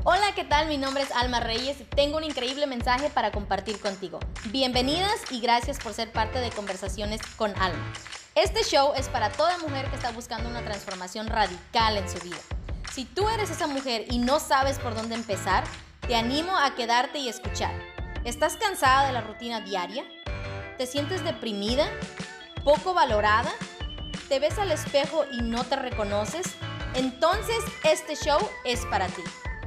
Hola, ¿qué tal? Mi nombre es Alma Reyes y tengo un increíble mensaje para compartir contigo. Bienvenidas y gracias por ser parte de Conversaciones con Alma. Este show es para toda mujer que está buscando una transformación radical en su vida. Si tú eres esa mujer y no sabes por dónde empezar, te animo a quedarte y escuchar. ¿Estás cansada de la rutina diaria? ¿Te sientes deprimida? ¿Poco valorada? ¿Te ves al espejo y no te reconoces? Entonces este show es para ti.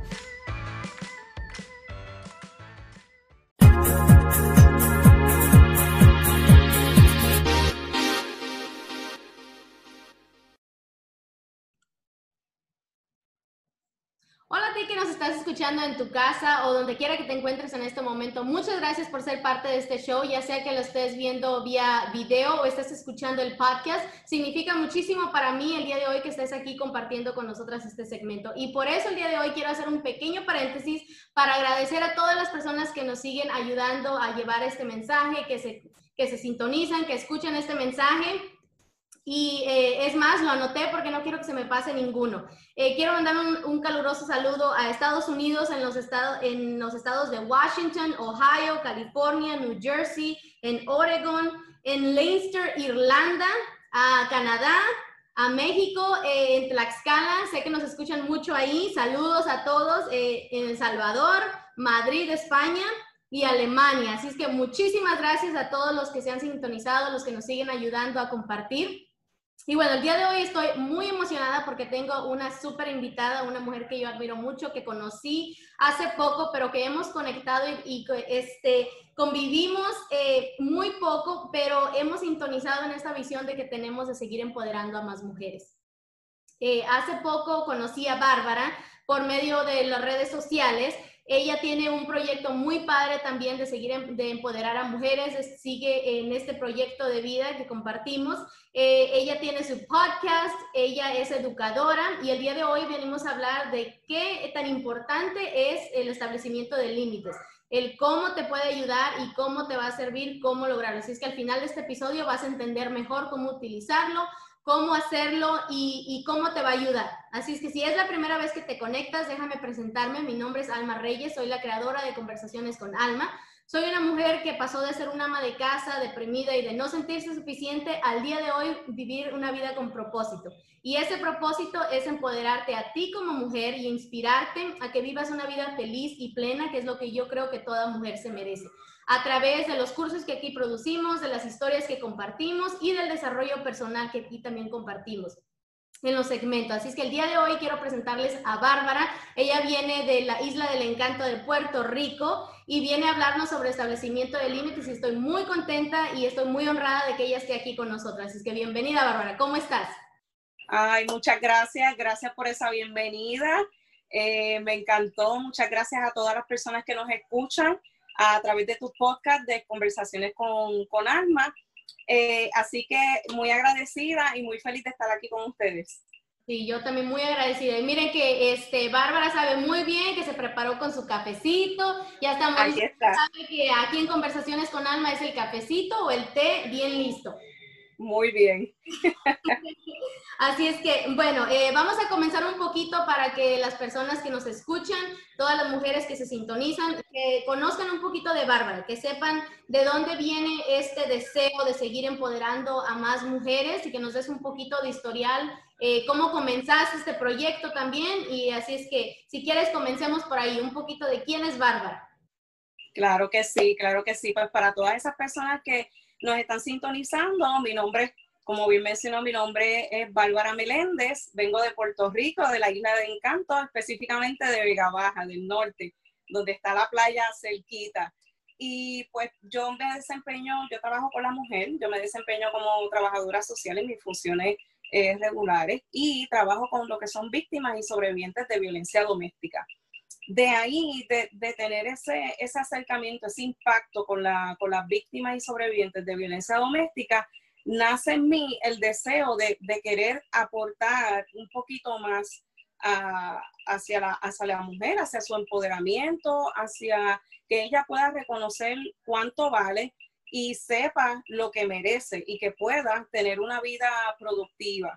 Hola a ti que nos estás escuchando en tu casa o donde quiera que te encuentres en este momento. Muchas gracias por ser parte de este show, ya sea que lo estés viendo vía video o estés escuchando el podcast. Significa muchísimo para mí el día de hoy que estés aquí compartiendo con nosotras este segmento. Y por eso el día de hoy quiero hacer un pequeño paréntesis para agradecer a todas las personas que nos siguen ayudando a llevar este mensaje, que se sintonizan, que escuchan este mensaje. Y es más, lo anoté porque no quiero que se me pase ninguno. Quiero mandar un caluroso saludo a Estados Unidos, en los estados de Washington, Ohio, California, New Jersey, en Oregon, en Leinster, Irlanda, a Canadá, a México, en Tlaxcala. Sé que nos escuchan mucho ahí. Saludos a todos en El Salvador, Madrid, España y Alemania. Así es que muchísimas gracias a todos los que se han sintonizado, los que nos siguen ayudando a compartir. Y bueno, el día de hoy estoy muy emocionada porque tengo una súper invitada, una mujer que yo admiro mucho, que conocí hace poco, pero que hemos conectado y convivimos muy poco, pero hemos sintonizado en esta visión de que tenemos de seguir empoderando a más mujeres. Hace poco conocí a Bárbara por medio de las redes sociales. Ella tiene un proyecto muy padre también de seguir de empoderar a mujeres, sigue en este proyecto de vida que compartimos. Ella tiene su podcast, ella es educadora y el día de hoy venimos a hablar de qué tan importante es el establecimiento de límites, el cómo te puede ayudar y cómo te va a servir, cómo lograrlo. Así es que al final de este episodio vas a entender mejor cómo utilizarlo, cómo hacerlo y cómo te va a ayudar. Así es que si es la primera vez que te conectas, déjame presentarme. Mi nombre es Alma Reyes, soy la creadora de Conversaciones con Alma. Soy una mujer que pasó de ser una ama de casa, deprimida y de no sentirse suficiente, al día de hoy vivir una vida con propósito. Y ese propósito es empoderarte a ti como mujer y inspirarte a que vivas una vida feliz y plena, que es lo que yo creo que toda mujer se merece, a través de los cursos que aquí producimos, de las historias que compartimos y del desarrollo personal que aquí también compartimos en los segmentos. Así es que el día de hoy quiero presentarles a Bárbara. Ella viene de la Isla del Encanto de Puerto Rico y viene a hablarnos sobre establecimiento de límites y estoy muy contenta y estoy muy honrada de que ella esté aquí con nosotras. Así es que bienvenida, Bárbara. ¿Cómo estás? Ay, muchas gracias. Gracias por esa bienvenida. Me encantó. Muchas gracias a todas las personas que nos escuchan a través de tu podcast de Conversaciones con Alma. Así que muy agradecida y muy feliz de estar aquí con ustedes. Sí, yo también muy agradecida. Y miren que Bárbara sabe muy bien que se preparó con su cafecito. Ya estamos Aquí está. sabe que aquí en Conversaciones con Alma es el cafecito o el té bien listo. Muy bien. Así es que, bueno, vamos a comenzar un poquito para que las personas que nos escuchan, todas las mujeres que se sintonizan, que conozcan un poquito de Bárbara, que sepan de dónde viene este deseo de seguir empoderando a más mujeres y que nos des un poquito de historial, cómo comenzaste este proyecto también. Y así es que, si quieres, comencemos por ahí, un poquito de quién es Bárbara. Claro que sí, claro que sí. Pues para todas esas personas que nos están sintonizando, mi nombre, como bien mencionó, mi nombre es Bárbara Meléndez, vengo de Puerto Rico, de la Isla de Encanto, específicamente de Vega Baja, del norte, donde está la playa cerquita. Y pues yo me desempeño, yo trabajo con la mujer, yo me desempeño como trabajadora social en mis funciones regulares y trabajo con lo que son víctimas y sobrevivientes de violencia doméstica. De ahí, de tener ese acercamiento, ese impacto con las víctimas y sobrevivientes de violencia doméstica, nace en mí el deseo de querer aportar un poquito más hacia la mujer, hacia su empoderamiento, hacia que ella pueda reconocer cuánto vale y sepa lo que merece y que pueda tener una vida productiva.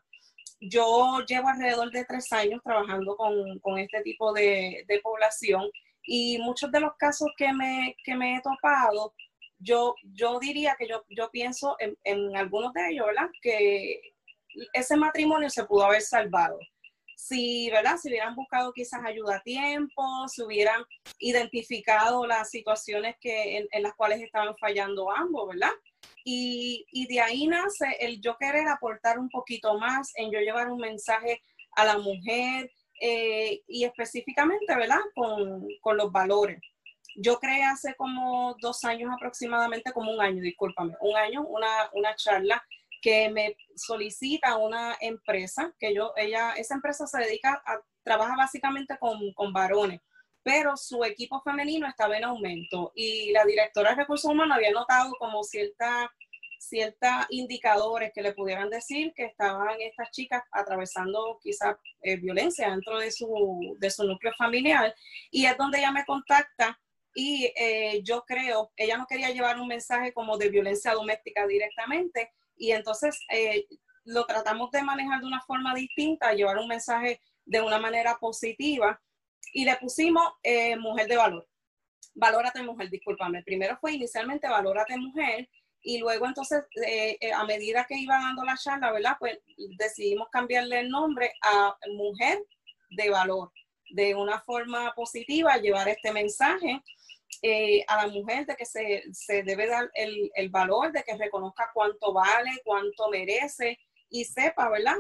Yo llevo alrededor de 3 años trabajando con este tipo de población y muchos de los casos que me he topado, yo diría que yo pienso en algunos de ellos, ¿verdad? Que ese matrimonio se pudo haber salvado. Si, ¿verdad? Si hubieran buscado quizás ayuda a tiempo, si hubieran identificado las situaciones en las cuales estaban fallando ambos, ¿verdad? Y de ahí nace el yo querer aportar un poquito más, en yo llevar un mensaje a la mujer y específicamente, ¿verdad? Con los valores. Yo creé hace como 2 años aproximadamente, como un año, discúlpame, un año, una charla que me solicita una empresa, esa empresa se dedica trabaja básicamente con varones, pero su equipo femenino estaba en aumento y la directora de recursos humanos había notado como cierta indicadores que le pudieran decir que estaban estas chicas atravesando quizás violencia dentro de su núcleo familiar, y es donde ella me contacta. Y yo creo, ella no quería llevar un mensaje como de violencia doméstica directamente, y entonces lo tratamos de manejar de una forma distinta, llevar un mensaje de una manera positiva, y le pusimos mujer de valor. Valórate mujer, discúlpame. Primero fue inicialmente valórate mujer, y luego entonces a medida que iba dando la charla, ¿verdad? Pues decidimos cambiarle el nombre a mujer de valor, de una forma positiva, llevar este mensaje a la mujer de que se debe dar el valor, de que reconozca cuánto vale, cuánto merece y sepa, ¿verdad?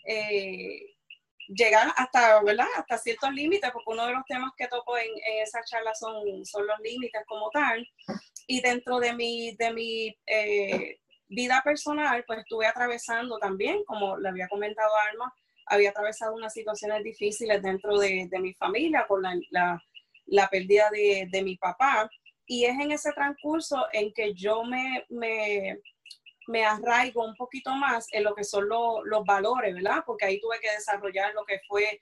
Llegar hasta, ¿verdad? Hasta ciertos límites, porque uno de los temas que toco en esa charla son los límites como tal. Y dentro de mi vida personal, pues estuve atravesando también, como le había comentado a Alma, había atravesado unas situaciones difíciles dentro de mi familia con la pérdida de mi papá. Y es en ese transcurso en que yo me arraigo un poquito más en lo que son los valores, ¿verdad? Porque ahí tuve que desarrollar lo que fue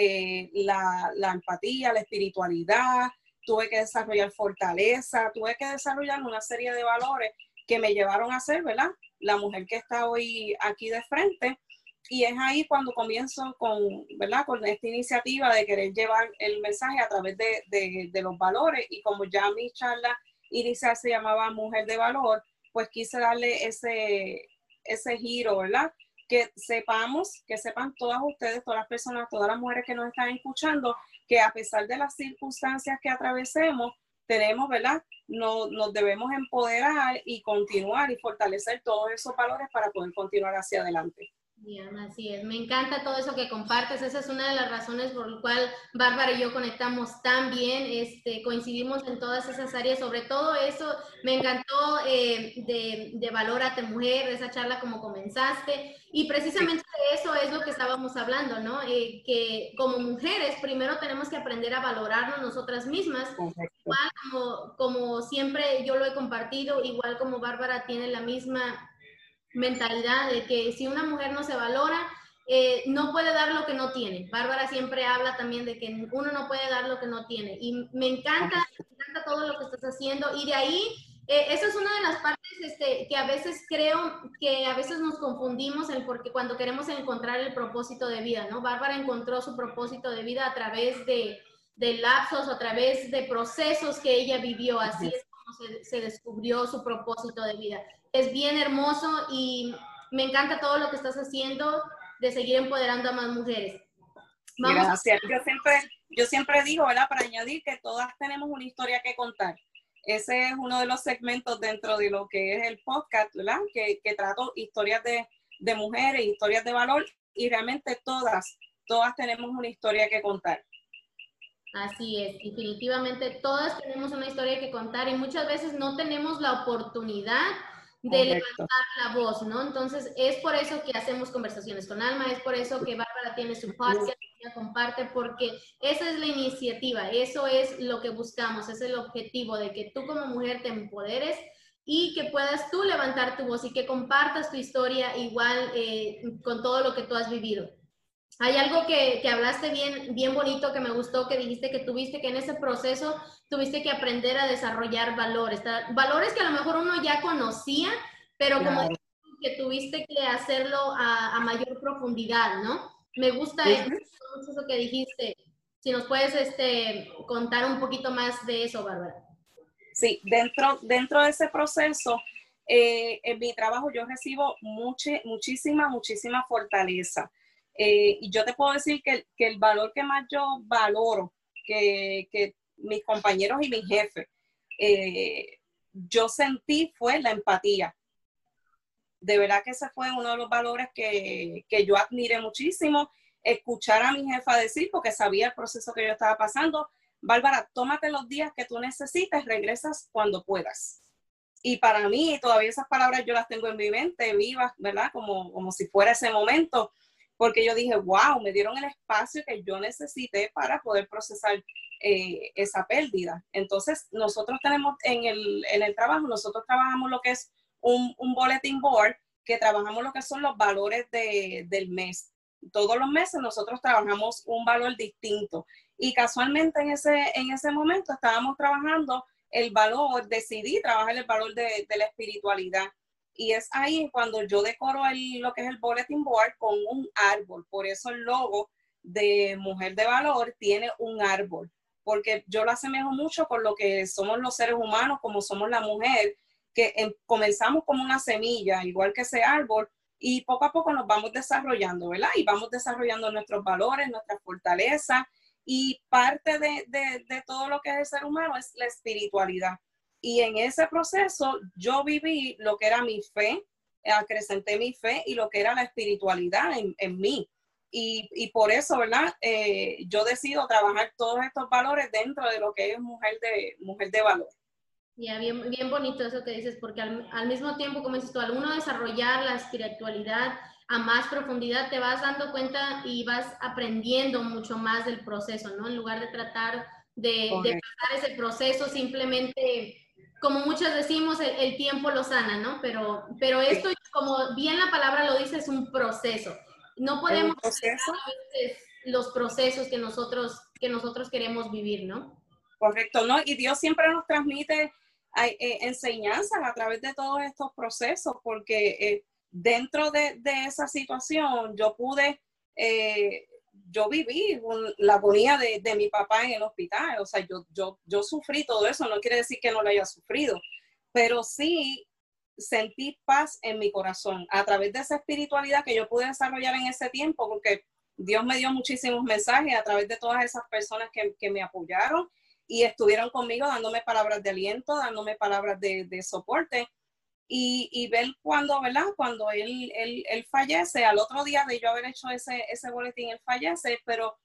la empatía, la espiritualidad, tuve que desarrollar fortaleza, tuve que desarrollar una serie de valores que me llevaron a ser, ¿verdad? La mujer que está hoy aquí de frente. Y es ahí cuando comienzo ¿verdad? Con esta iniciativa de querer llevar el mensaje a través de los valores. Y como ya mi charla inicial se llamaba Mujer de Valor, pues quise darle ese giro, ¿verdad? Que sepan todas ustedes, todas las personas, todas las mujeres que nos están escuchando, que a pesar de las circunstancias que atravesemos, tenemos, ¿verdad? Nos debemos empoderar y continuar y fortalecer todos esos valores para poder continuar hacia adelante. Bien, así es. Me encanta todo eso que compartes. Esa es una de las razones por la cual Bárbara y yo conectamos tan bien. Coincidimos en todas esas áreas. Sobre todo eso, me encantó de Valórate Mujer, esa charla como comenzaste. Y precisamente de eso es lo que estábamos hablando, ¿no? Que como mujeres primero tenemos que aprender a valorarnos nosotras mismas. Correcto. Igual como siempre yo lo he compartido, igual como Bárbara tiene la misma mentalidad de que si una mujer no se valora, no puede dar lo que no tiene. Bárbara siempre habla también de que uno no puede dar lo que no tiene. Y me encanta todo lo que estás haciendo. Y de ahí, esa es una de las partes que a veces creo que a veces nos confundimos porque cuando queremos encontrar el propósito de vida, ¿no? Bárbara encontró su propósito de vida a través de lapsos, a través de procesos que ella vivió. Así es como se descubrió su propósito de vida. Es bien hermoso y me encanta todo lo que estás haciendo de seguir empoderando a más mujeres. Gracias. Yo siempre digo, ¿verdad? Para añadir que todas tenemos una historia que contar. Ese es uno de los segmentos dentro de lo que es el podcast, ¿verdad? Que trato historias de mujeres, historias de valor, y realmente todas tenemos una historia que contar. Así es, definitivamente todas tenemos una historia que contar y muchas veces no tenemos la oportunidad de levantar la voz, ¿no? Entonces, es por eso que hacemos conversaciones con Alma, es por eso que Bárbara tiene su podcast, que ella comparte, porque esa es la iniciativa, eso es lo que buscamos, es el objetivo de que tú como mujer te empoderes y que puedas tú levantar tu voz y que compartas tu historia igual con todo lo que tú has vivido. Hay algo que hablaste bien bonito, que me gustó, que dijiste que tuviste que en ese proceso tuviste que aprender a desarrollar valores, valores que a lo mejor uno ya conocía, pero claro, como que tuviste que hacerlo a mayor profundidad, ¿no? Me gusta eso que dijiste. Si nos puedes contar un poquito más de eso, Bárbara. Sí, dentro de ese proceso, en mi trabajo yo recibo muchísima fortaleza. Y yo te puedo decir que el valor que más yo valoro, que mis compañeros y mi jefe, yo sentí fue la empatía. De verdad que ese fue uno de los valores que yo admiré muchísimo. Escuchar a mi jefa decir, porque sabía el proceso que yo estaba pasando: Bárbara, tómate los días que tú necesites, regresas cuando puedas. Y para mí, todavía esas palabras yo las tengo en mi mente, vivas, ¿verdad? Como si fuera ese momento, porque yo dije, wow, me dieron el espacio que yo necesité para poder procesar esa pérdida. Entonces, nosotros tenemos en el trabajo, nosotros trabajamos lo que es un bulletin board, que trabajamos lo que son los valores del mes. Todos los meses nosotros trabajamos un valor distinto. Y casualmente en ese momento estábamos trabajando el valor, decidí trabajar el valor de la espiritualidad. Y es ahí cuando yo decoro lo que es el bulletin board con un árbol. Por eso el logo de Mujer de Valor tiene un árbol, porque yo lo asemejo mucho con lo que somos los seres humanos, como somos la mujer, que comenzamos como una semilla, igual que ese árbol, y poco a poco nos vamos desarrollando, ¿verdad? Y vamos desarrollando nuestros valores, nuestra fortaleza, y parte de todo lo que es el ser humano es la espiritualidad. Y en ese proceso yo viví lo que era mi fe, acrecenté mi fe y lo que era la espiritualidad en mí. Y por eso, ¿verdad? Yo decido trabajar todos estos valores dentro de lo que es mujer de valor. Ya, bien bonito eso que dices, porque al mismo tiempo, como dices tú, al uno desarrollar la espiritualidad a más profundidad, te vas dando cuenta y vas aprendiendo mucho más del proceso, ¿no? En lugar de tratar de pasar ese proceso simplemente, como muchos decimos, el tiempo lo sana, ¿no? Pero esto, como bien la palabra lo dice, es un proceso. No podemos proceso. a veces los procesos que nosotros queremos vivir, ¿no? Correcto, ¿no? Y Dios siempre nos transmite enseñanzas a través de todos estos procesos, porque dentro de esa situación yo viví la agonía de mi papá en el hospital. O sea, yo sufrí todo eso. No quiere decir que no lo haya sufrido, pero sí sentí paz en mi corazón a través de esa espiritualidad que yo pude desarrollar en ese tiempo, porque Dios me dio muchísimos mensajes a través de todas esas personas que me apoyaron y estuvieron conmigo dándome palabras de aliento, dándome palabras de soporte. Y ver ¿verdad? Cuando él fallece, al otro día de yo haber hecho ese boletín, él fallece, pero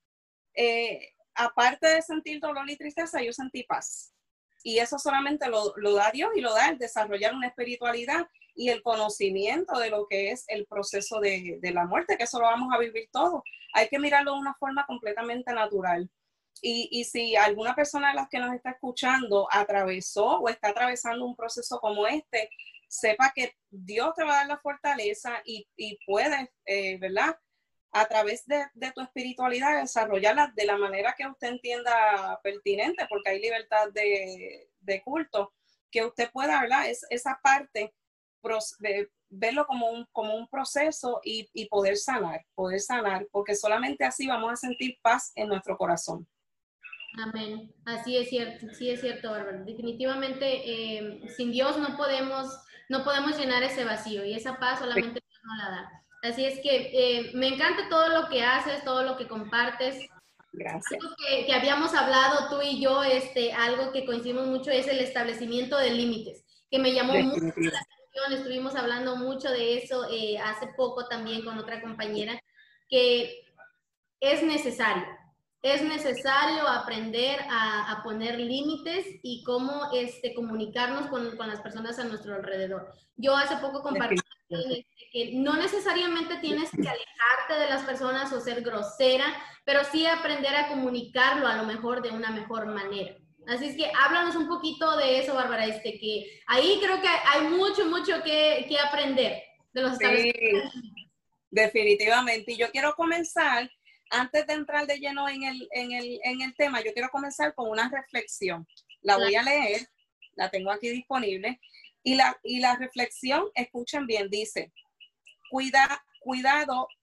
aparte de sentir dolor y tristeza, yo sentí paz. Y eso solamente lo da Dios, y lo da el desarrollar una espiritualidad y el conocimiento de lo que es el proceso de la muerte, que eso lo vamos a vivir todos. Hay que mirarlo de una forma completamente natural. Y si alguna persona de las que nos está escuchando atravesó o está atravesando un proceso como este, sepa que Dios te va a dar la fortaleza y puedes, ¿verdad? A través de tu espiritualidad desarrollarla de la manera que usted entienda pertinente, porque hay libertad de culto, que usted pueda, ¿verdad? Esa parte de verlo como un proceso y poder sanar, porque solamente así vamos a sentir paz en nuestro corazón. Amén. Así es cierto, Bárbara. Definitivamente, sin Dios no podemos llenar ese vacío, y esa paz solamente Dios nos la da. Así es que me encanta todo lo que haces, todo lo que compartes. Gracias. Algo que habíamos hablado tú y yo, algo que coincidimos mucho, es el establecimiento de límites, que me llamó mucho la atención. Estuvimos hablando mucho de eso hace poco también con otra compañera, que es necesario. Es necesario aprender a poner límites y cómo comunicarnos con las personas a nuestro alrededor. Yo hace poco compartí que no necesariamente tienes que alejarte de las personas o ser grosera, pero sí aprender a comunicarlo a lo mejor de una mejor manera. Así es que háblanos un poquito de eso, Bárbara, que ahí creo que hay mucho que aprender de los establecimientos. Sí, definitivamente. Y yo quiero comenzar, antes de entrar de lleno en el tema, yo quiero comenzar con una reflexión. La voy a leer, la tengo aquí disponible. Y la reflexión, escuchen bien, dice: cuidado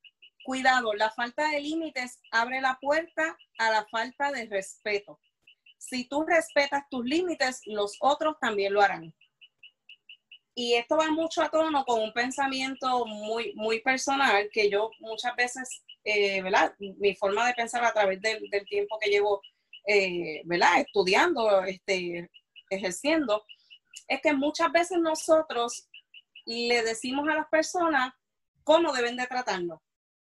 cuidado, la falta de límites abre la puerta a la falta de respeto. Si tú respetas tus límites, los otros también lo harán. Y esto va mucho a tono con un pensamiento muy, muy personal que yo muchas veces, ¿verdad? Mi forma de pensar a través del tiempo que llevo, ¿verdad? Estudiando, ejerciendo, es que muchas veces nosotros le decimos a las personas cómo deben de tratarnos.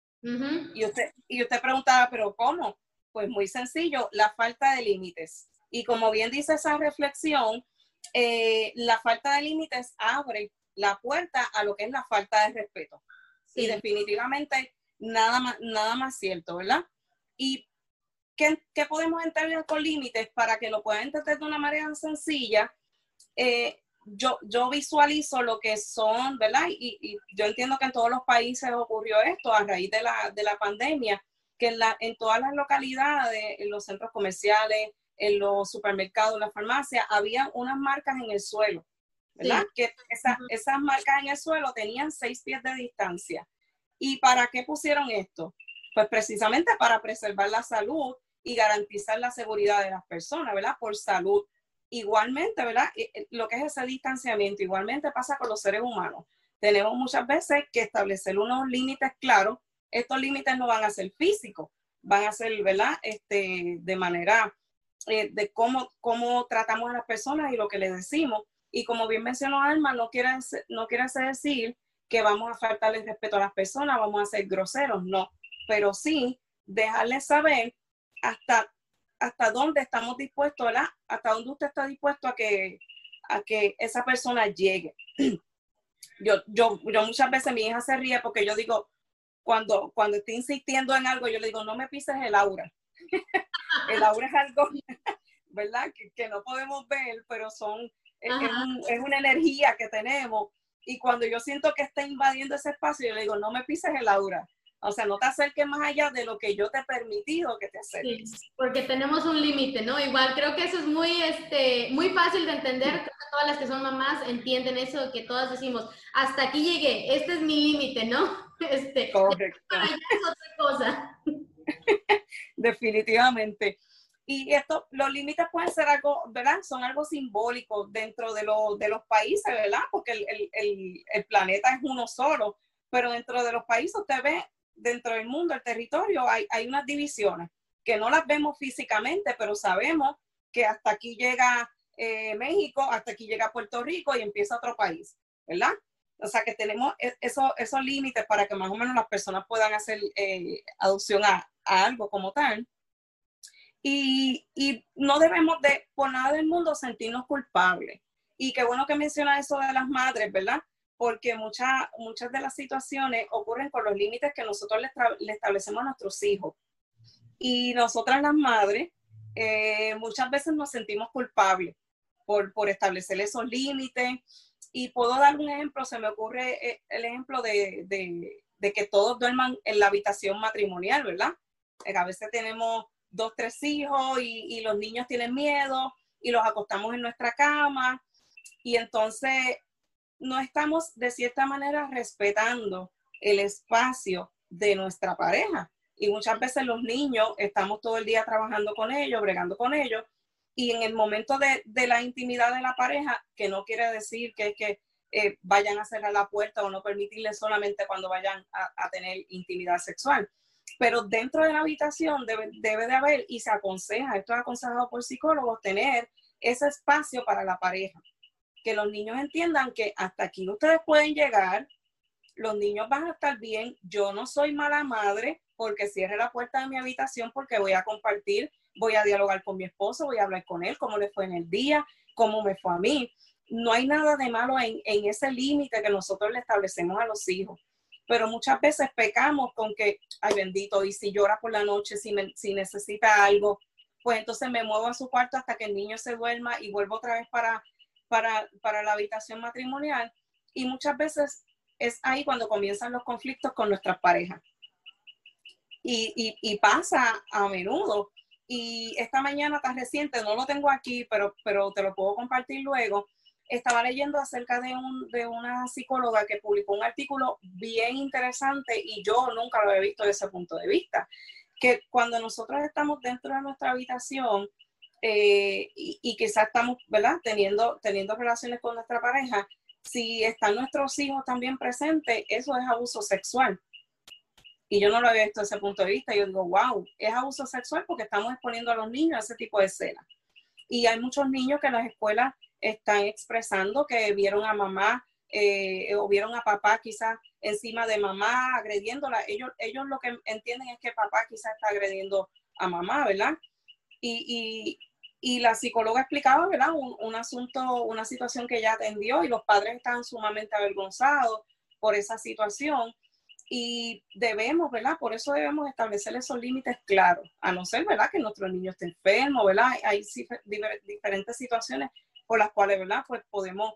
Y usted preguntaba, ¿pero cómo? Pues muy sencillo, la falta de límites. Y como bien dice esa reflexión, la falta de límites abre la puerta a lo que es la falta de respeto. Sí. Y definitivamente nada más cierto, ¿verdad? ¿Y qué podemos entender con límites para que lo puedan entender de una manera sencilla? Yo visualizo lo que son, ¿verdad? Y yo entiendo que en todos los países ocurrió esto a raíz de la pandemia, que en todas las localidades, en los centros comerciales, en los supermercados, en las farmacias, había unas marcas en el suelo, ¿verdad? Sí. Que esas marcas en el suelo tenían 6 pies de distancia. ¿Y para qué pusieron esto? Pues precisamente para preservar la salud y garantizar la seguridad de las personas, ¿verdad? Por salud. Igualmente, ¿verdad? Lo que es ese distanciamiento, igualmente pasa con los seres humanos. Tenemos muchas veces que establecer unos límites claros. Estos límites no van a ser físicos, van a ser, ¿verdad? De manera de cómo tratamos a las personas y lo que les decimos. Y como bien mencionó Alma, no quiere decir que vamos a faltarle respeto a las personas, vamos a ser groseros, no. Pero sí dejarles saber hasta dónde estamos dispuestos, ¿verdad? Hasta dónde usted está dispuesto a que esa persona llegue. Yo muchas veces mi hija se ríe porque yo digo, cuando estoy insistiendo en algo, yo le digo, no me pises el aura. El aura es algo, ¿verdad? Que no podemos ver, pero es una energía que tenemos. Y cuando yo siento que está invadiendo ese espacio, yo le digo, no me pises el aura. O sea, no te acerques más allá de lo que yo te he permitido que te acerques. Sí, porque tenemos un límite, ¿no? Igual creo que eso es muy fácil de entender. Creo que todas las que son mamás entienden eso, que todas decimos, hasta aquí llegué, este es mi límite, ¿no? Correcto. Para allá es otra cosa. Definitivamente. Y los límites pueden ser algo, ¿verdad? Son algo simbólico dentro de los países, ¿verdad? Porque el planeta es uno solo, pero dentro de los países usted ve, dentro del mundo, el territorio, hay unas divisiones que no las vemos físicamente, pero sabemos que hasta aquí llega México, hasta aquí llega Puerto Rico y empieza otro país, ¿verdad? O sea que tenemos esos límites para que más o menos las personas puedan hacer aducción a algo como tal. Y no debemos por nada del mundo sentirnos culpables. Y qué bueno que menciona eso de las madres, ¿verdad? Porque muchas de las situaciones ocurren con los límites que nosotros le establecemos a nuestros hijos. Y nosotras las madres muchas veces nos sentimos culpables por establecer esos límites. Y puedo dar un ejemplo, se me ocurre el ejemplo de que todos duerman en la habitación matrimonial, ¿verdad? A veces tenemos 2, 3 hijos y los niños tienen miedo y los acostamos en nuestra cama y entonces no estamos de cierta manera respetando el espacio de nuestra pareja. Y muchas veces los niños estamos todo el día trabajando con ellos, bregando con ellos, y en el momento de la intimidad de la pareja, que no quiere decir que vayan a cerrar la puerta o no permitirles solamente cuando vayan a tener intimidad sexual. Pero dentro de la habitación debe de haber, y se aconseja, esto es aconsejado por psicólogos, tener ese espacio para la pareja. Que los niños entiendan que hasta aquí ustedes pueden llegar, los niños van a estar bien, yo no soy mala madre porque cierre la puerta de mi habitación porque voy a compartir, voy a dialogar con mi esposo, voy a hablar con él, cómo le fue en el día, cómo me fue a mí. No hay nada de malo en ese límite que nosotros le establecemos a los hijos. Pero muchas veces pecamos con que, ay bendito, y si llora por la noche, si necesita algo, pues entonces me muevo a su cuarto hasta que el niño se duerma y vuelvo otra vez para la habitación matrimonial. Y muchas veces es ahí cuando comienzan los conflictos con nuestras parejas. Y pasa a menudo. Y esta mañana tan reciente, no lo tengo aquí, pero te lo puedo compartir luego. estaba leyendo acerca de una psicóloga que publicó un artículo bien interesante y yo nunca lo había visto desde ese punto de vista, que cuando nosotros estamos dentro de nuestra habitación y quizás estamos, ¿verdad?, teniendo relaciones con nuestra pareja, si están nuestros hijos también presentes, eso es abuso sexual. Y yo no lo había visto desde ese punto de vista. Yo digo, wow, es abuso sexual porque estamos exponiendo a los niños a ese tipo de escenas. Y hay muchos niños que en las escuelas están expresando que vieron a mamá o vieron a papá quizás encima de mamá agrediéndola. Ellos lo que entienden es que papá quizás está agrediendo a mamá, ¿verdad? Y la psicóloga explicaba, ¿verdad?, un asunto, una situación que ella atendió y los padres estaban sumamente avergonzados por esa situación. Y debemos, ¿verdad? Por eso debemos establecer esos límites claros, a no ser, ¿verdad?, que nuestro niño esté enfermo, ¿verdad? Hay diferentes situaciones por las cuales, ¿verdad?, pues podemos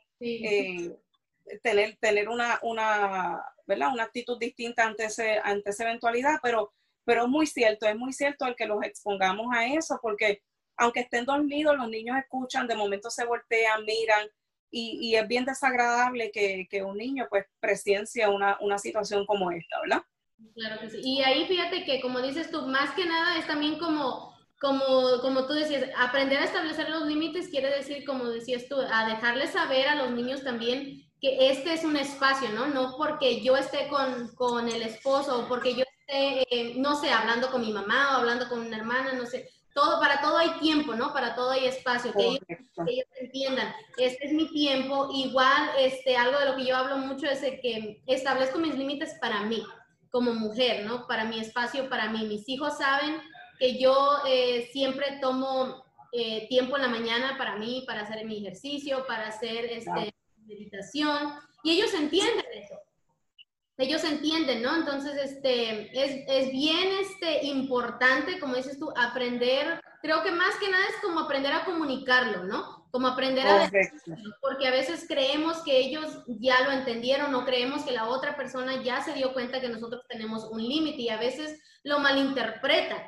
tener ¿verdad?, una actitud distinta ante esa eventualidad, pero es muy cierto el que los expongamos a eso, porque aunque estén dormidos, los niños escuchan, de momento se voltean, miran, y es bien desagradable que un niño pues presencie una situación como esta, ¿verdad? Claro que sí. Y ahí fíjate que, como dices tú, más que nada es también como tú decías, aprender a establecer los límites quiere decir, como decías tú, a dejarles saber a los niños también que este es un espacio, ¿no? No porque yo esté con el esposo o porque yo esté, no sé, hablando con mi mamá o hablando con una hermana, no sé. Para todo hay tiempo, ¿no? Para todo hay espacio. Que ellos entiendan, este es mi tiempo. Igual, algo de lo que yo hablo mucho es de que establezco mis límites para mí, como mujer, ¿no? Para mi espacio, para mí. Mis hijos saben que yo siempre tomo tiempo en la mañana para mí, para hacer mi ejercicio, para hacer meditación, y ellos entienden eso. Ellos entienden, ¿no? Entonces, es bien importante, como dices tú, aprender, creo que más que nada es como aprender a comunicarlo, ¿no? Como aprender a decirlo, porque a veces creemos que ellos ya lo entendieron o creemos que la otra persona ya se dio cuenta que nosotros tenemos un límite y a veces lo malinterpretan.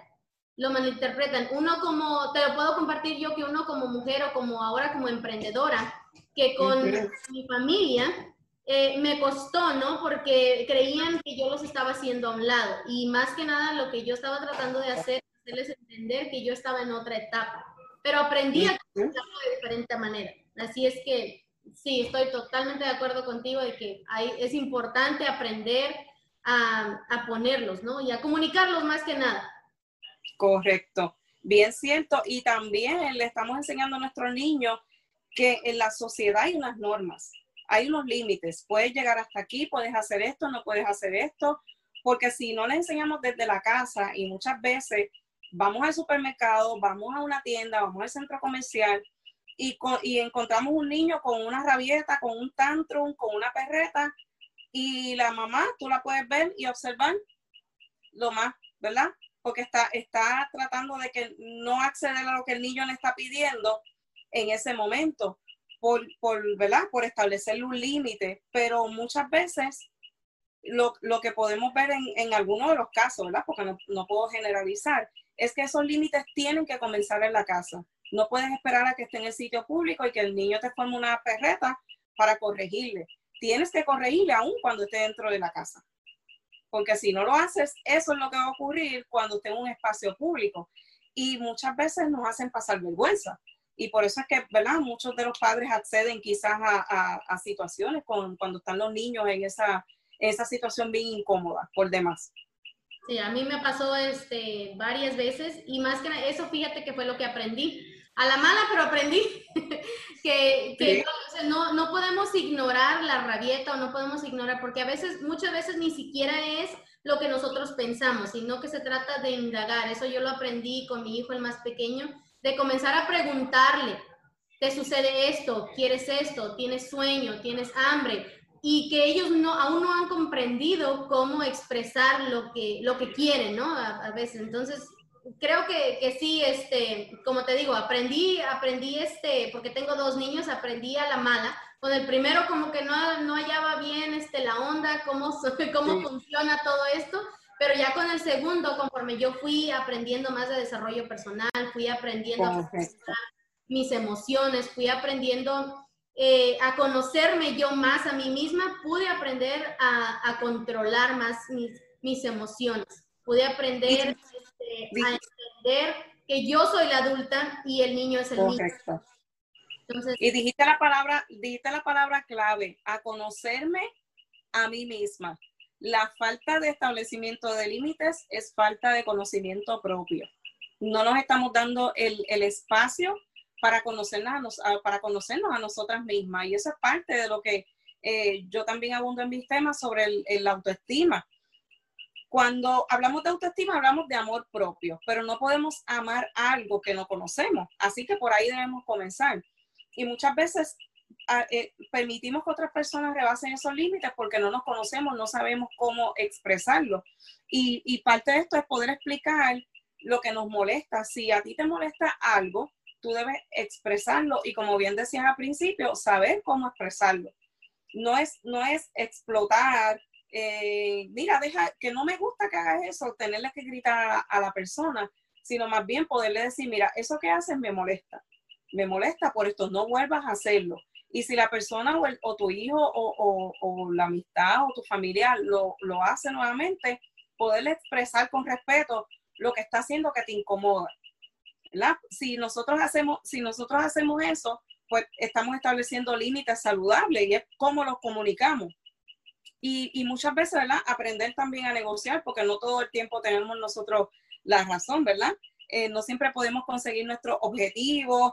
Uno como, te lo puedo compartir yo, que uno como mujer o como ahora como emprendedora, que con mi familia me costó, ¿no? Porque creían que yo los estaba haciendo a un lado y más que nada lo que yo estaba tratando de hacerles entender que yo estaba en otra etapa, pero aprendí a hacerlo de diferente manera. Así es que sí, estoy totalmente de acuerdo contigo de que es importante aprender a ponerlos, ¿no? Y a comunicarlos más que nada. Correcto, bien cierto. Y también le estamos enseñando a nuestros niños que en la sociedad hay unas normas, hay unos límites. Puedes llegar hasta aquí, puedes hacer esto, no puedes hacer esto, porque si no le enseñamos desde la casa, y muchas veces vamos al supermercado, vamos a una tienda, vamos al centro comercial y encontramos un niño con una rabieta, con un tantrum, con una perreta, y la mamá, tú la puedes ver y observar lo más, ¿verdad? Porque está tratando de que no acceder a lo que el niño le está pidiendo en ese momento, ¿verdad?, por establecerle un límite, pero muchas veces lo que podemos ver en algunos de los casos, ¿verdad?, porque no puedo generalizar, es que esos límites tienen que comenzar en la casa. No puedes esperar a que esté en el sitio público y que el niño te forme una perreta para corregirle. Tienes que corregirle aún cuando esté dentro de la casa. Porque si no lo haces, eso es lo que va a ocurrir cuando esté en un espacio público. Y muchas veces nos hacen pasar vergüenza. Y por eso es que, ¿verdad?, muchos de los padres acceden quizás a situaciones cuando están los niños en esa situación bien incómoda por demás. Sí, a mí me pasó varias veces y más que nada, eso fíjate que fue lo que aprendí. A la mala, pero aprendí que Sí. no podemos ignorar la rabieta o no podemos ignorar, porque muchas veces ni siquiera es lo que nosotros pensamos, sino que se trata de indagar. Eso yo lo aprendí con mi hijo, el más pequeño, de comenzar a preguntarle, ¿te sucede esto? ¿Quieres esto? ¿Tienes sueño? ¿Tienes hambre? Y que ellos aún no han comprendido cómo expresar lo que quieren, ¿no? A veces. Entonces, creo que sí, como te digo, aprendí, porque tengo 2 niños, aprendí a la mala. Con el primero como que no hallaba bien la onda, cómo funciona todo esto, pero ya con el segundo, conforme yo fui aprendiendo más de desarrollo personal, fui aprendiendo a procesar mis emociones, fui aprendiendo a conocerme yo más a mí misma, pude aprender a controlar más mis emociones. Pude aprender a entender que yo soy la adulta y el niño es el niño. Correcto. Entonces, Y dijiste la palabra clave, a conocerme a mí misma. La falta de establecimiento de límites es falta de conocimiento propio. No nos estamos dando el espacio para conocernos a nosotras mismas. Y eso es parte de lo que yo también abundo en mis temas sobre la autoestima. Cuando hablamos de autoestima, hablamos de amor propio, pero no podemos amar algo que no conocemos. Así que por ahí debemos comenzar. Y muchas veces permitimos que otras personas rebasen esos límites porque no nos conocemos, no sabemos cómo expresarlo. Y parte de esto es poder explicar lo que nos molesta. Si a ti te molesta algo, tú debes expresarlo y, como bien decías al principio, saber cómo expresarlo. No es explotar, mira, deja que no me gusta que hagas eso, tenerle que gritar a la persona, sino más bien poderle decir, mira, eso que haces me molesta por esto, no vuelvas a hacerlo. Y si la persona o tu hijo o la amistad o tu familiar lo hace nuevamente, poderle expresar con respeto lo que está haciendo que te incomoda, ¿verdad? Si nosotros hacemos eso, pues estamos estableciendo límites saludables y es cómo los comunicamos. Y muchas veces, ¿verdad? Aprender también a negociar, porque no todo el tiempo tenemos nosotros la razón, ¿verdad? No siempre podemos conseguir nuestros objetivos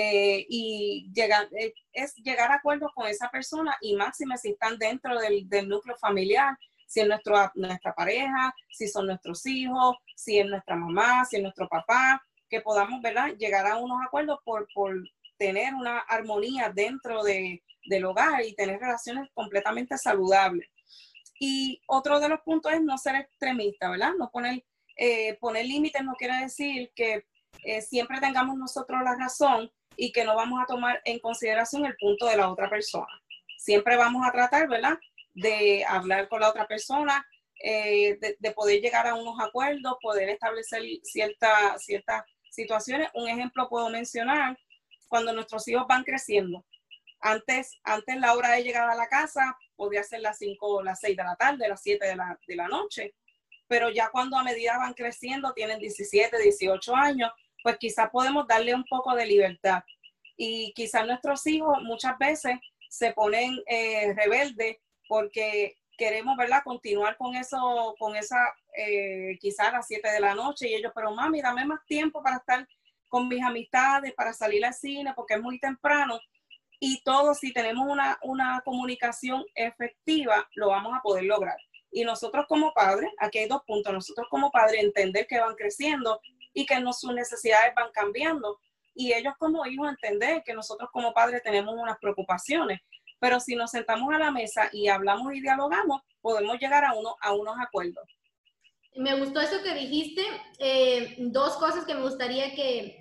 y es llegar a acuerdos con esa persona y máxime si están dentro del núcleo familiar, si es nuestra pareja, si son nuestros hijos, si es nuestra mamá, si es nuestro papá, que podamos, ¿verdad? Llegar a unos acuerdos por tener una armonía dentro del hogar y tener relaciones completamente saludables. Y otro de los puntos es no ser extremista, ¿verdad? No poner límites no quiere decir que siempre tengamos nosotros la razón y que no vamos a tomar en consideración el punto de la otra persona. Siempre vamos a tratar, ¿verdad? De hablar con la otra persona, de poder llegar a unos acuerdos, poder establecer ciertas situaciones. Un ejemplo puedo mencionar cuando nuestros hijos van creciendo. Antes la hora de llegar a la casa podría ser las 5, las 6 de la tarde, las 7 de la noche, pero ya cuando a medida van creciendo, tienen 17, 18 años, pues quizás podemos darle un poco de libertad. Y quizás nuestros hijos muchas veces se ponen rebeldes porque queremos, ¿verdad?, continuar con eso, quizás a las 7 de la noche, y ellos, pero mami, dame más tiempo para estar con mis amistades, para salir al cine, porque es muy temprano. Y todos, si tenemos una comunicación efectiva, lo vamos a poder lograr. Y nosotros como padres, aquí hay 2 puntos, nosotros como padres entender que van creciendo y que sus necesidades van cambiando. Y ellos como hijos entender que nosotros como padres tenemos unas preocupaciones. Pero si nos sentamos a la mesa y hablamos y dialogamos, podemos llegar a unos acuerdos. Me gustó eso que dijiste. 2 cosas que me gustaría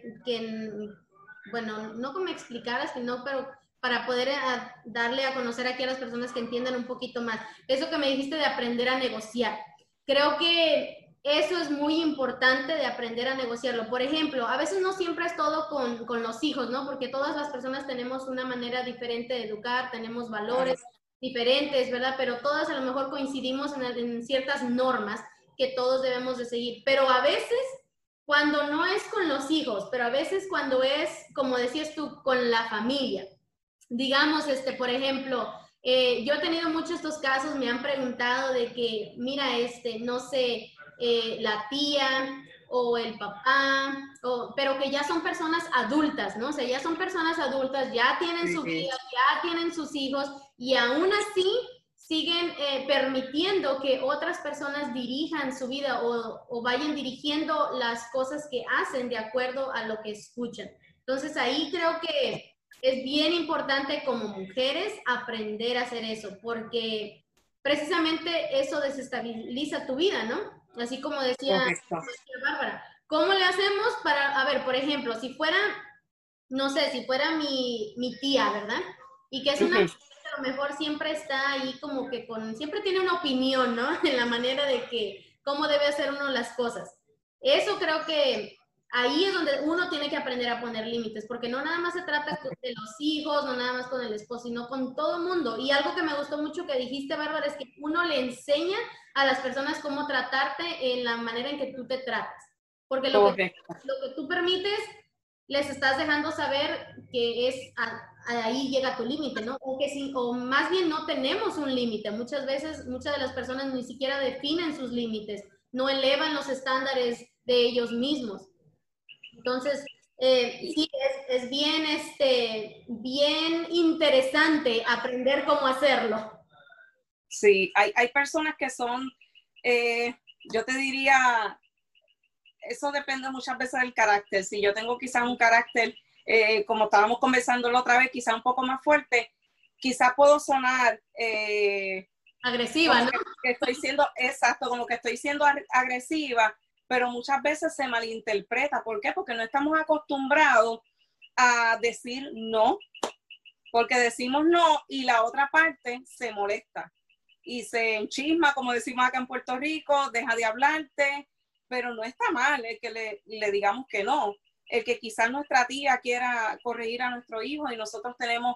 bueno, no que me explicaras, sino, pero para poder darle a conocer aquí a las personas que entiendan un poquito más. Eso que me dijiste de aprender a negociar. Creo que eso es muy importante, de aprender a negociarlo. Por ejemplo, a veces no siempre es todo con los hijos, ¿no? Porque todas las personas tenemos una manera diferente de educar, tenemos valores diferentes, ¿verdad? Pero todas a lo mejor coincidimos en ciertas normas que todos debemos de seguir. Pero a veces, cuando no es con los hijos, pero a veces cuando es, como decías tú, con la familia. Digamos, por ejemplo, yo he tenido muchos estos casos, me han preguntado de que, mira, no sé, la tía o el papá, pero que ya son personas adultas, ¿no? O sea, ya son personas adultas, ya tienen su vida, ya tienen sus hijos, y aún así siguen permitiendo que otras personas dirijan su vida o vayan dirigiendo las cosas que hacen de acuerdo a lo que escuchan. Entonces ahí creo que es bien importante como mujeres aprender a hacer eso, porque precisamente eso desestabiliza tu vida, ¿no? Así como decía Bárbara. ¿Cómo le hacemos para, a ver, por ejemplo, si fuera, no sé, si fuera mi tía, ¿verdad? Y que es una persona que a lo mejor siempre está ahí como que siempre tiene una opinión, ¿no? En la manera de que, cómo debe hacer uno las cosas. Eso creo que ahí es donde uno tiene que aprender a poner límites, porque no nada más se trata de los hijos, no nada más con el esposo, sino con todo el mundo. Y algo que me gustó mucho que dijiste, Bárbara, es que uno le enseña a las personas cómo tratarte en la manera en que tú te tratas. Porque lo que tú permites, les estás dejando saber que es ahí llega tu límite, ¿no? O que sí, o más bien no tenemos un límite. Muchas veces, muchas de las personas ni siquiera definen sus límites, no elevan los estándares de ellos mismos. Entonces, sí, es bien, bien interesante aprender cómo hacerlo. Sí, hay personas que son, yo te diría, eso depende muchas veces del carácter. Si yo tengo quizás un carácter, como estábamos conversando la otra vez, quizás un poco más fuerte, quizás puedo sonar agresiva, ¿no? Que estoy siendo, exacto, como que estoy siendo agresiva, pero muchas veces se malinterpreta. ¿Por qué? Porque no estamos acostumbrados a decir no, porque decimos no y la otra parte se molesta y se enchisma, como decimos acá en Puerto Rico, deja de hablarte, pero no está mal el que le digamos que no. El que quizás nuestra tía quiera corregir a nuestro hijo y nosotros tenemos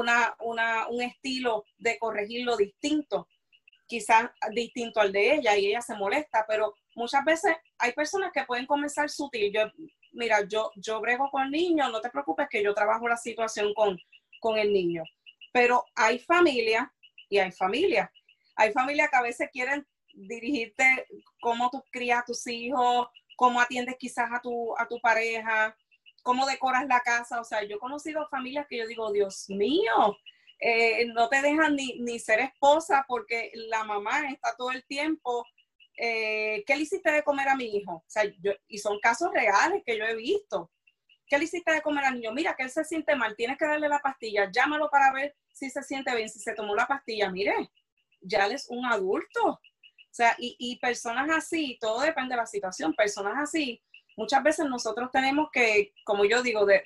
un estilo de corregirlo distinto, quizás distinto al de ella, y ella se molesta, pero muchas veces hay personas que pueden comenzar sutil. Mira, yo brego con niños, no te preocupes que yo trabajo la situación con el niño, pero hay familias y hay familias. Hay familias que a veces quieren dirigirte cómo tú crías a tus hijos, cómo atiendes quizás a tu pareja, cómo decoras la casa. O sea, yo he conocido familias que yo digo, Dios mío, no te dejan ni ser esposa porque la mamá está todo el tiempo, ¿qué le hiciste de comer a mi hijo? O sea, y son casos reales que yo he visto. ¿Qué le hiciste de comer al niño? Mira, que él se siente mal, tienes que darle la pastilla, llámalo para ver si se siente bien, si se tomó la pastilla. Mire, ya él es un adulto. O sea, y personas así, todo depende de la situación, personas así, muchas veces nosotros tenemos que, como yo digo, de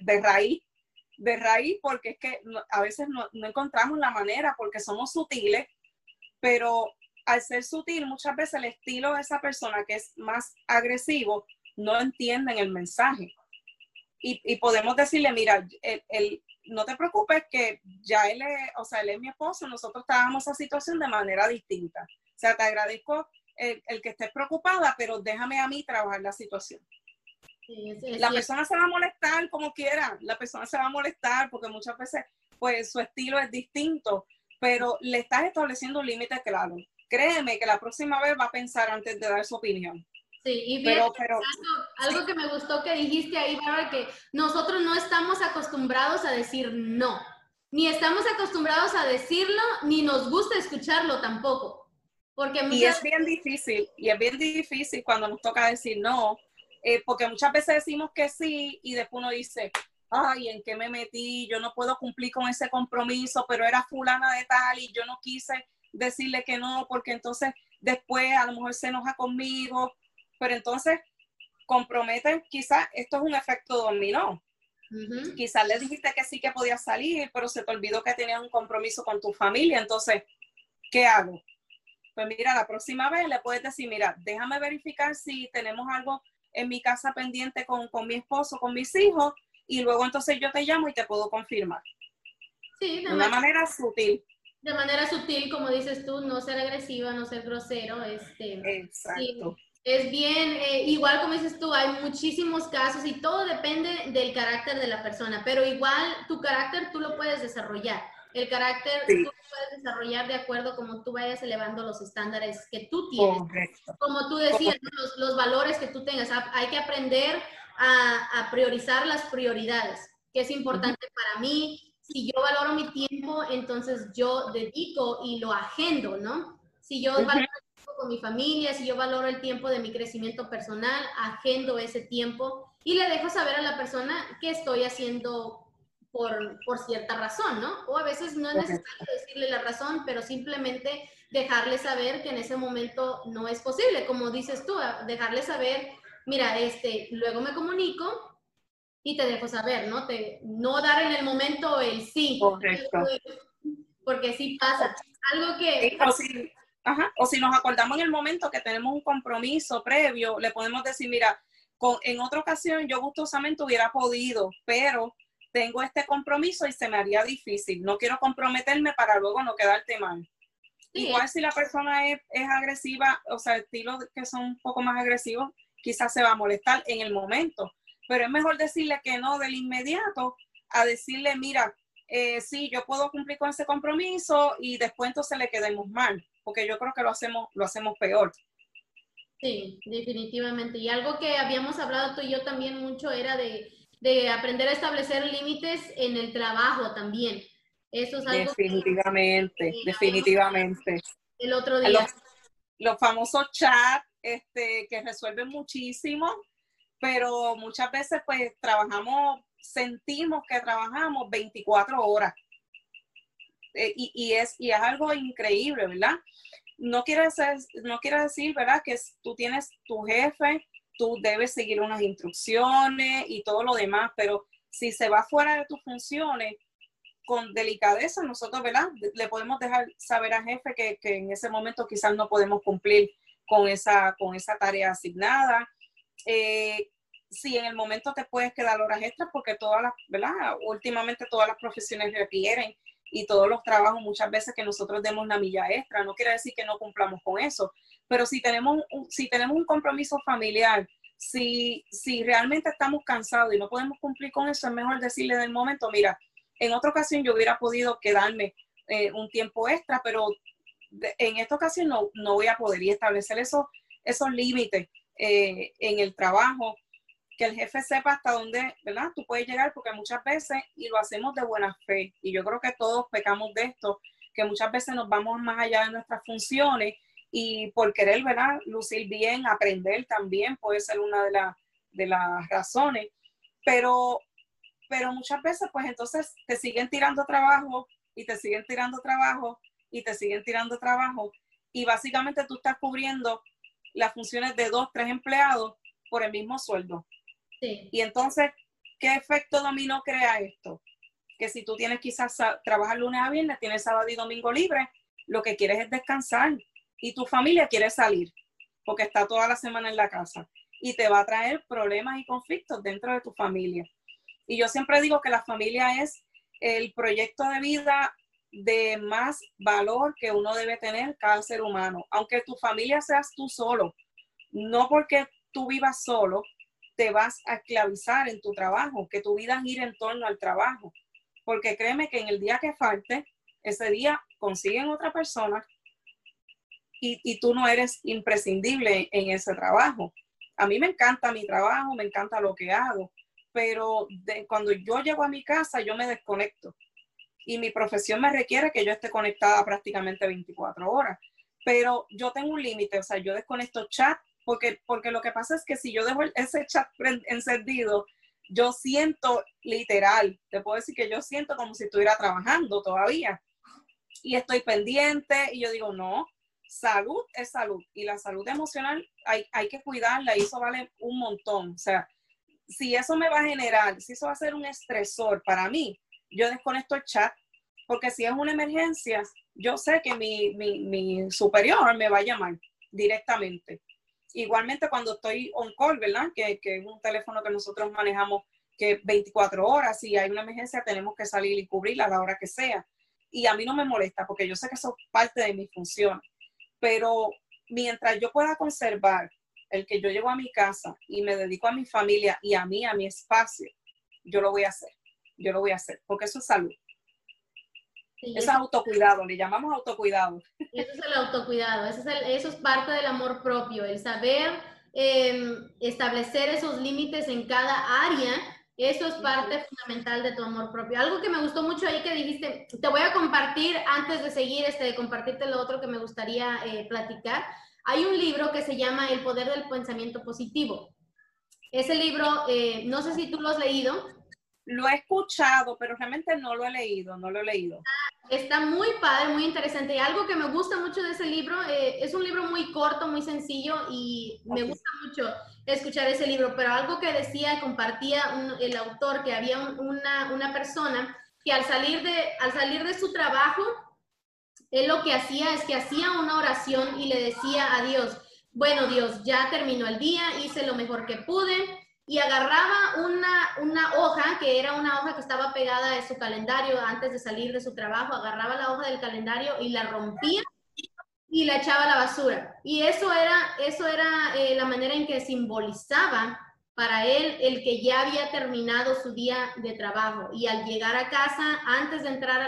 raíz, porque es que a veces no encontramos la manera, porque somos sutiles, pero al ser sutil, muchas veces el estilo de esa persona que es más agresivo, no entienden el mensaje. Y podemos decirle, mira, no te preocupes que ya él es mi esposo, nosotros trabajamos esa situación de manera distinta. O sea, te agradezco el que estés preocupada, pero déjame a mí trabajar la situación. Sí, la persona se va a molestar como quiera, la persona se va a molestar porque muchas veces pues su estilo es distinto, pero le estás estableciendo un límite claro. Créeme que la próxima vez va a pensar antes de dar su opinión. Sí, y bien, algo que me gustó que dijiste ahí, Bárbara, que nosotros no estamos acostumbrados a decir no, ni estamos acostumbrados a decirlo, ni nos gusta escucharlo tampoco. Porque y es bien difícil cuando nos toca decir no, porque muchas veces decimos que sí y después uno dice, ay, ¿en qué me metí? Yo no puedo cumplir con ese compromiso, pero era fulana de tal y yo no quise decirle que no, porque entonces después a lo mejor se enoja conmigo, pero entonces comprometen, quizás esto es un efecto dominó. Uh-huh. Quizás le dijiste que sí que podías salir, pero se te olvidó que tenías un compromiso con tu familia, entonces, ¿qué hago? Pues mira, la próxima vez le puedes decir, mira, déjame verificar si tenemos algo en mi casa pendiente con mi esposo, con mis hijos, y luego entonces yo te llamo y te puedo confirmar. Sí, de una manera sutil. De manera sutil, como dices tú, no ser agresiva, no ser grosero. Exacto. Sí, es bien, igual como dices tú, hay muchísimos casos y todo depende del carácter de la persona, pero igual tu carácter tú lo puedes desarrollar. El carácter sí. Tú lo puedes desarrollar de acuerdo como tú vayas elevando los estándares que tú tienes. Correcto. Como tú decías, los valores que tú tengas. Hay que aprender a priorizar las prioridades, que es importante para mí. Si yo valoro mi tiempo, entonces yo dedico y lo agendo, ¿no? Si yo valoro el tiempo con mi familia, si yo valoro el tiempo de mi crecimiento personal, agendo ese tiempo y le dejo saber a la persona que estoy haciendo por cierta razón, ¿no? O a veces no es necesario decirle la razón, pero simplemente dejarle saber que en ese momento no es posible, como dices tú, dejarle saber, mira, luego me comunico y te dejo saber, ¿no? No dar en el momento el sí. Correcto. Porque sí pasa. Algo que... O si nos acordamos en el momento que tenemos un compromiso previo, le podemos decir, mira, En otra ocasión yo gustosamente hubiera podido, pero tengo este compromiso y se me haría difícil. No quiero comprometerme para luego no quedarte mal. Sí. Igual si la persona es agresiva, o sea, estilos que son un poco más agresivos, quizás se va a molestar en el momento, pero es mejor decirle que no del inmediato a decirle, mira, sí, yo puedo cumplir con ese compromiso y después entonces le quedemos mal, porque yo creo que lo hacemos peor. Sí, definitivamente. Y algo que habíamos hablado tú y yo también mucho era de aprender a establecer límites en el trabajo también. Eso es algo definitivamente, definitivamente. El otro día. Los famosos chats que resuelven muchísimo, pero muchas veces pues sentimos que trabajamos 24 horas. Y es algo increíble, ¿verdad? No quiere decir, ¿verdad? Que tú tienes tu jefe, tú debes seguir unas instrucciones y todo lo demás, pero si se va fuera de tus funciones, con delicadeza nosotros, ¿verdad? Le podemos dejar saber al jefe que en ese momento quizás no podemos cumplir con esa tarea asignada. Si en el momento te puedes quedar horas extras, porque ¿verdad? Últimamente todas las profesiones requieren y todos los trabajos muchas veces que nosotros demos una milla extra, no quiere decir que no cumplamos con eso, pero si tenemos un compromiso familiar, si realmente estamos cansados y no podemos cumplir con eso, es mejor decirle en el momento, mira, en otra ocasión yo hubiera podido quedarme un tiempo extra, pero en esta ocasión no voy a poder, y establecer esos límites en el trabajo, que el jefe sepa hasta dónde, ¿verdad? Tú puedes llegar, porque muchas veces, y lo hacemos de buena fe, y yo creo que todos pecamos de esto, que muchas veces nos vamos más allá de nuestras funciones y por querer, ¿verdad? Lucir bien, aprender también puede ser una de las razones, pero muchas veces pues entonces te siguen tirando trabajo y te siguen tirando trabajo y te siguen tirando trabajo, y básicamente tú estás cubriendo las funciones de 2, 3 empleados por el mismo sueldo. Sí. Y entonces, ¿qué efecto dominó crea esto? Que si tú tienes quizás trabajar lunes a viernes, tienes sábado y domingo libre, lo que quieres es descansar y tu familia quiere salir porque está toda la semana en la casa y te va a traer problemas y conflictos dentro de tu familia. Y yo siempre digo que la familia es el proyecto de vida de más valor que uno debe tener cada ser humano, aunque tu familia seas tú solo, no porque tú vivas solo te vas a esclavizar en tu trabajo, que tu vida gire en torno al trabajo, porque créeme que en el día que falte, ese día consiguen otra persona y tú no eres imprescindible en ese trabajo. A mí me encanta mi trabajo, me encanta lo que hago, pero cuando yo llego a mi casa yo me desconecto y mi profesión me requiere que yo esté conectada prácticamente 24 horas, pero yo tengo un límite, o sea, yo desconecto chat porque lo que pasa es que si yo dejo ese chat encendido, yo siento literal, te puedo decir que yo siento como si estuviera trabajando todavía y estoy pendiente y yo digo, no, salud es salud y la salud emocional hay que cuidarla y eso vale un montón. O sea, si eso me va a generar, si eso va a ser un estresor para mí, yo desconecto el chat, porque si es una emergencia, yo sé que mi superior me va a llamar directamente. Igualmente cuando estoy on call, ¿verdad? Que es un teléfono que nosotros manejamos que 24 horas, si hay una emergencia tenemos que salir y cubrirla a la hora que sea. Y a mí no me molesta porque yo sé que eso es parte de mi función. Pero mientras yo pueda conservar el que yo llego a mi casa y me dedico a mi familia y a mí, a mi espacio, yo lo voy a hacer. Yo lo voy a hacer porque eso es salud. Sí, eso es autocuidado, le llamamos autocuidado. Eso es el autocuidado, eso es parte del amor propio, el saber establecer esos límites en cada área. Eso es parte fundamental de tu amor propio. Algo que me gustó mucho ahí que dijiste, te voy a compartir antes de seguir, de compartirte lo otro que me gustaría platicar. Hay un libro que se llama El poder del pensamiento positivo. Ese libro, no sé si tú lo has leído. Lo he escuchado, pero realmente no lo he leído. Está muy padre, muy interesante. Y algo que me gusta mucho de ese libro, es un libro muy corto, muy sencillo y me gusta mucho escuchar ese libro, pero algo que compartía el autor, que había una persona que al salir de su trabajo, él lo que hacía es que hacía una oración y le decía a Dios, bueno, Dios, ya terminó el día, hice lo mejor que pude y agarraba una hoja, que era una hoja que estaba pegada en su calendario antes de salir de su trabajo, agarraba la hoja del calendario y la rompía y la echaba a la basura. Y eso era la manera en que simbolizaba para él el que ya había terminado su día de trabajo. Y al llegar a casa, antes de entrar a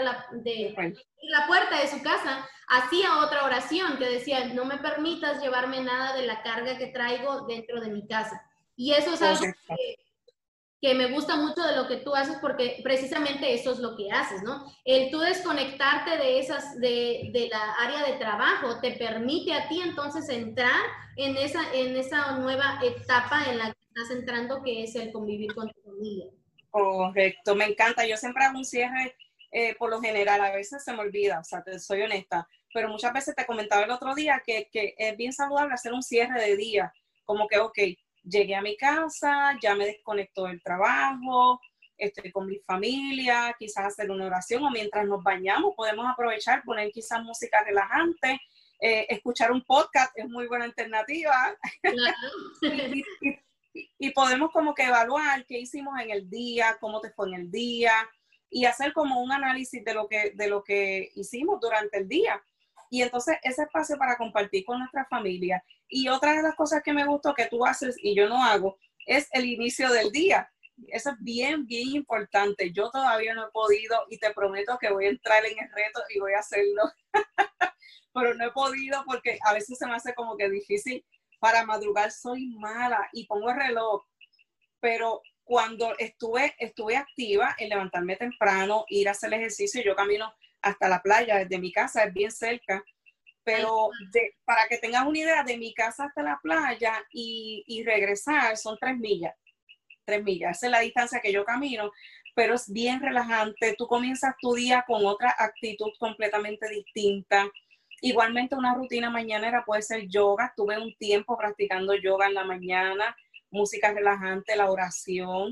la puerta de su casa, hacía otra oración que decía, no me permitas llevarme nada de la carga que traigo dentro de mi casa. Y eso es algo que me gusta mucho de lo que tú haces porque precisamente eso es lo que haces, ¿no? El tú desconectarte de la área de trabajo te permite a ti entonces entrar en esa nueva etapa en la que estás entrando, que es el convivir con tu familia. Correcto, me encanta. Yo siempre hago un cierre, por lo general, a veces se me olvida, o sea, te soy honesta, pero muchas veces te comentaba el otro día que es bien saludable hacer un cierre de día, como que, ok, llegué a mi casa, ya me desconecto del trabajo, estoy con mi familia, quizás hacer una oración o mientras nos bañamos podemos aprovechar, poner quizás música relajante, escuchar un podcast es muy buena alternativa. Claro. y podemos como que evaluar qué hicimos en el día, cómo te fue en el día y hacer como un análisis de lo que hicimos durante el día. Y entonces ese espacio para compartir con nuestra familia. Y otra de las cosas que me gustó que tú haces y yo no hago es el inicio del día. Eso es bien, bien importante. Yo todavía no he podido y te prometo que voy a entrar en el reto y voy a hacerlo. Pero no he podido porque a veces se me hace como que difícil. Para madrugar soy mala y pongo el reloj, pero cuando estuve activa en levantarme temprano, ir a hacer ejercicio, yo camino hasta la playa desde mi casa, es bien cerca, pero para que tengas una idea, de mi casa hasta la playa y regresar son 3 millas, 3 millas, esa es la distancia que yo camino, pero es bien relajante, tú comienzas tu día con otra actitud completamente distinta. Igualmente una rutina mañanera puede ser yoga, tuve un tiempo practicando yoga en la mañana, música relajante, la oración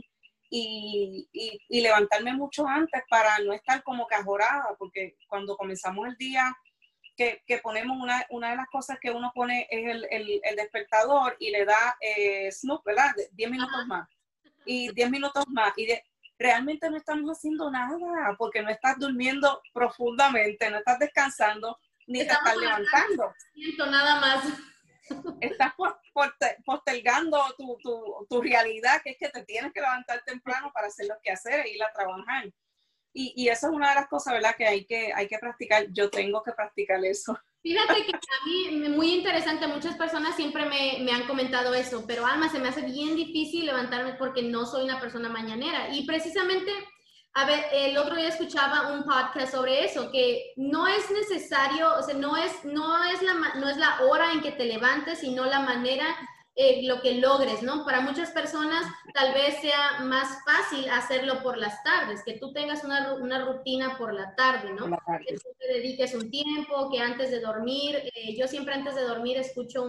y levantarme mucho antes para no estar como cajorada, porque cuando comenzamos el día que ponemos una de las cosas que uno pone es el despertador y le da snooze, ¿verdad? 10 minutos más y 10 minutos más y realmente no estamos haciendo nada porque no estás durmiendo profundamente, no estás descansando ni Estamos te estás levantando. nada más. Estás postergando tu realidad, que es que te tienes que levantar temprano para hacer lo que hacer e ir a trabajar. Y eso es una de las cosas, ¿verdad? Que hay que practicar. Yo tengo que practicar eso. Fíjate que a mí, muy interesante, muchas personas siempre me han comentado eso, pero Alma, se me hace bien difícil levantarme porque no soy una persona mañanera. Y precisamente, a ver, el otro día escuchaba un podcast sobre eso, que no es necesario, o sea, no es la hora en que te levantes, sino la manera, lo que logres, ¿no? Para muchas personas tal vez sea más fácil hacerlo por las tardes, que tú tengas una rutina por la tarde, ¿no? Que tú te dediques un tiempo, que antes de dormir, yo siempre antes de dormir escucho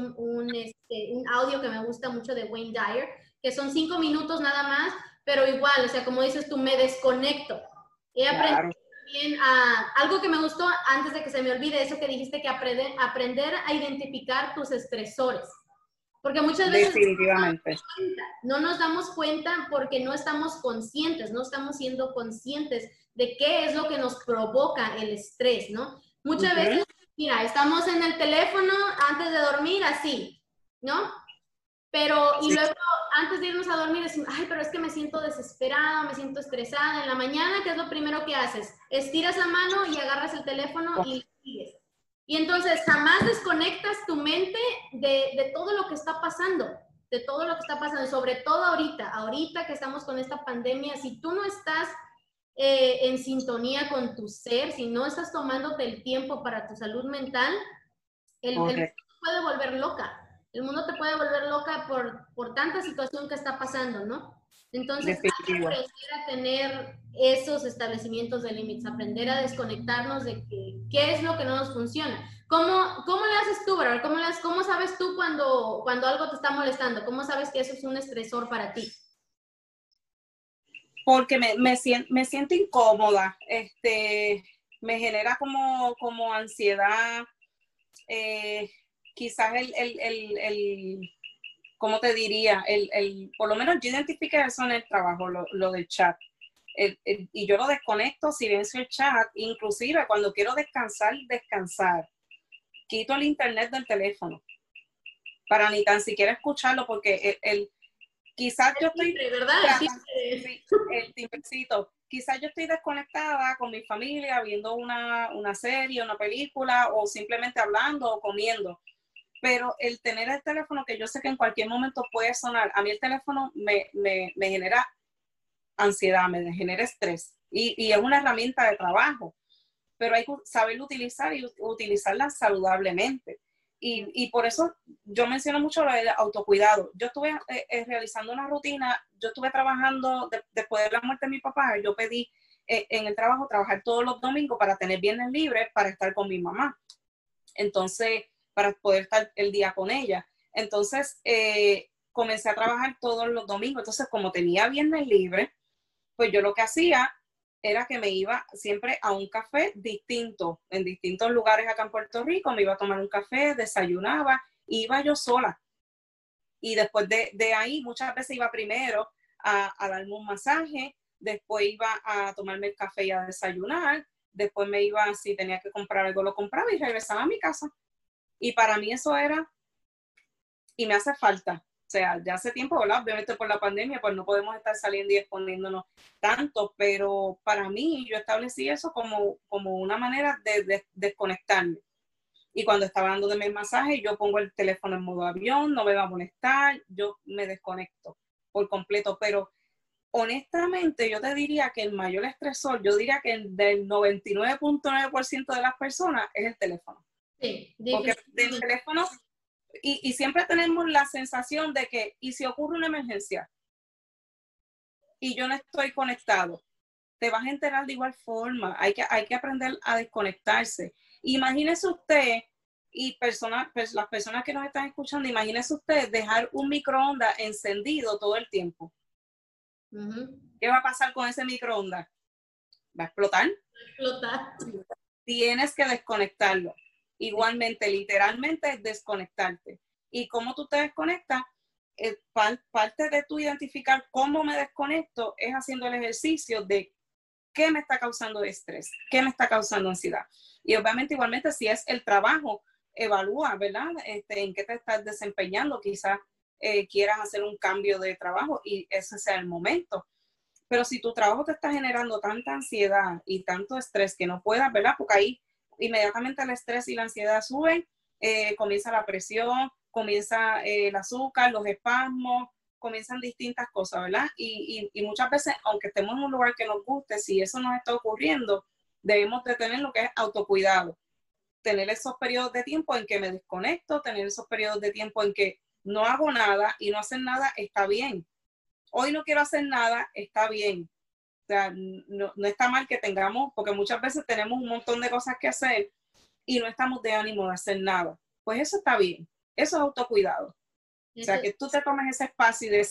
un audio que me gusta mucho de Wayne Dyer, que son 5 minutos nada más, pero igual, o sea, como dices tú, me desconecto. He aprendido también algo que me gustó antes de que se me olvide, eso que dijiste, que aprender a identificar tus estresores. Porque muchas veces definitivamente no nos damos cuenta porque no estamos conscientes, no estamos siendo conscientes de qué es lo que nos provoca el estrés, ¿no? Muchas veces, mira, estamos en el teléfono antes de dormir así, ¿no? Pero, y luego, antes de irnos a dormir, decimos, ay, pero es que me siento desesperada, me siento estresada. En la mañana, ¿qué es lo primero que haces? Estiras la mano y agarras el teléfono y sigues. Y entonces, jamás desconectas tu mente de todo lo que está pasando, de todo lo que está pasando, sobre todo ahorita que estamos con esta pandemia, si tú no estás en sintonía con tu ser, si no estás tomándote el tiempo para tu salud mental, el mundo te puede volver loca. El mundo te puede volver loca por tanta situación que está pasando, ¿no? Entonces hay que aprender a tener esos establecimientos de límites, aprender a desconectarnos de qué es lo que no nos funciona. ¿Cómo le haces tú, Bárbara? ¿Cómo sabes tú cuando algo te está molestando? ¿Cómo sabes que eso es un estresor para ti? Porque me siento incómoda, me genera como ansiedad, quizás ¿cómo te diría? Por lo menos yo identifiqué eso en el trabajo, lo del chat. Y yo lo desconecto, silencio el chat, inclusive cuando quiero descansar, quito el internet del teléfono para ni tan siquiera escucharlo, porque quizás yo estoy ¿verdad? el timbrecito, quizás yo estoy desconectada con mi familia viendo una serie, una película, o simplemente hablando o comiendo, pero el tener el teléfono, que yo sé que en cualquier momento puede sonar, a mí el teléfono me genera ansiedad, me genera estrés, y es una herramienta de trabajo, pero hay que saberlo utilizar y utilizarla saludablemente. Y por eso yo menciono mucho lo del autocuidado. Yo estuve realizando una rutina, yo estuve trabajando después de la muerte de mi papá, yo pedí en el trabajo trabajar todos los domingos para tener viernes libres para estar con mi mamá. Entonces, para poder estar el día con ella. Entonces, comencé a trabajar todos los domingos. Entonces, como tenía viernes libre, pues yo lo que hacía era que me iba siempre a un café distinto, en distintos lugares acá en Puerto Rico, me iba a tomar un café, desayunaba, iba yo sola. Y después de ahí, muchas veces iba primero a darme un masaje, después iba a tomarme el café y a desayunar, después me iba, si tenía que comprar algo, lo compraba y regresaba a mi casa. Y para mí eso era, y me hace falta. O sea, ya hace tiempo, ¿verdad? Obviamente por la pandemia, pues no podemos estar saliendo y exponiéndonos tanto, pero para mí yo establecí eso como una manera de desconectarme. Y cuando estaba dando de mi masaje, yo pongo el teléfono en modo avión, no me va a molestar, yo me desconecto por completo. Pero honestamente, yo te diría que el mayor estresor, yo diría que del 99.9% de las personas es el teléfono. Sí, porque del teléfono, y siempre tenemos la sensación de que, ¿y si ocurre una emergencia? Y yo no estoy conectado. Te vas a enterar de igual forma. Hay que aprender a desconectarse. Imagínese usted, y las personas que nos están escuchando, imagínese usted dejar un microondas encendido todo el tiempo. ¿Qué va a pasar con ese microondas? ¿Va a explotar? Tienes que desconectarlo. Igualmente, literalmente es desconectarte. ¿Y cómo tú te desconectas? Parte de tu identificar cómo me desconecto es haciendo el ejercicio de qué me está causando estrés, qué me está causando ansiedad. Y obviamente, igualmente, si es el trabajo, evalúa, ¿verdad? En qué te estás desempeñando. Quizás quieras hacer un cambio de trabajo y ese sea el momento. Pero si tu trabajo te está generando tanta ansiedad y tanto estrés que no puedas, ¿verdad? Porque ahí inmediatamente el estrés y la ansiedad suben, comienza la presión, comienza el azúcar, los espasmos, comienzan distintas cosas, ¿verdad? Y muchas veces, aunque estemos en un lugar que nos guste, si eso nos está ocurriendo, debemos de tener lo que es autocuidado. Tener esos periodos de tiempo en que me desconecto, tener esos periodos de tiempo en que no hago nada, y no hacer nada está bien. Hoy no quiero hacer nada, está bien. O sea, no está mal que tengamos, porque muchas veces tenemos un montón de cosas que hacer y no estamos de ánimo de hacer nada. Pues eso está bien. Eso es autocuidado. O sea, que tú te tomes ese espacio y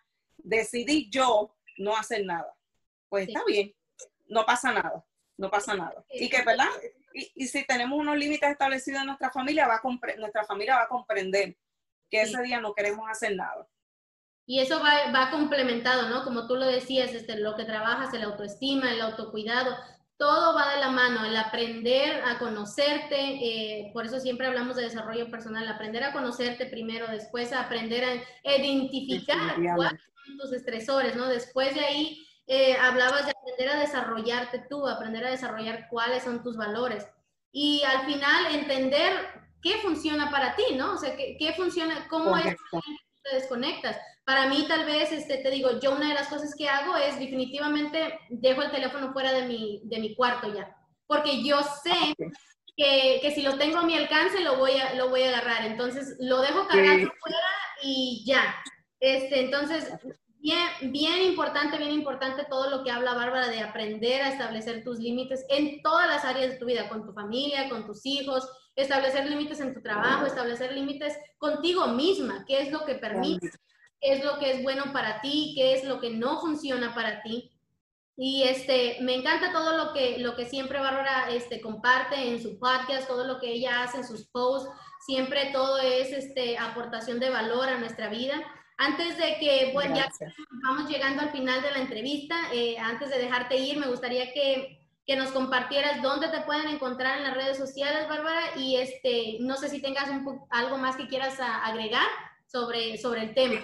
decidí yo no hacer nada. Pues está bien. No pasa nada. No pasa nada. Y que, ¿verdad? Y si tenemos unos límites establecidos en nuestra familia, nuestra familia va a comprender que ese día no queremos hacer nada. Y eso va complementado, ¿no? Como tú lo decías, lo que trabajas, el autoestima, el autocuidado, todo va de la mano, el aprender a conocerte, por eso siempre hablamos de desarrollo personal, aprender a conocerte primero, después aprender a identificar cuáles son tus estresores, ¿no? Después de ahí hablabas de aprender a desarrollarte tú, aprender a desarrollar cuáles son tus valores. Y al final entender qué funciona para ti, ¿no? O sea, qué funciona, cómo es que te desconectas. Para mí, tal vez, te digo, yo una de las cosas que hago es definitivamente dejo el teléfono fuera de mi cuarto ya, porque yo sé que si lo tengo a mi alcance lo voy a agarrar, entonces lo dejo cargando fuera y ya. Entonces, bien importante todo lo que habla Bárbara de aprender a establecer tus límites en todas las áreas de tu vida, con tu familia, con tus hijos, establecer límites en tu trabajo, establecer límites contigo misma, qué es lo que permite, qué es lo que es bueno para ti, qué es lo que no funciona para ti. Y me encanta todo lo que siempre Bárbara comparte en su podcast, todo lo que ella hace en sus posts, siempre todo es aportación de valor a nuestra vida. Antes de que, bueno, Gracias. ya vamos llegando al final de la entrevista, antes de dejarte ir, me gustaría que nos compartieras dónde te pueden encontrar en las redes sociales, Bárbara, y no sé si tengas algo más que quieras agregar sobre el tema.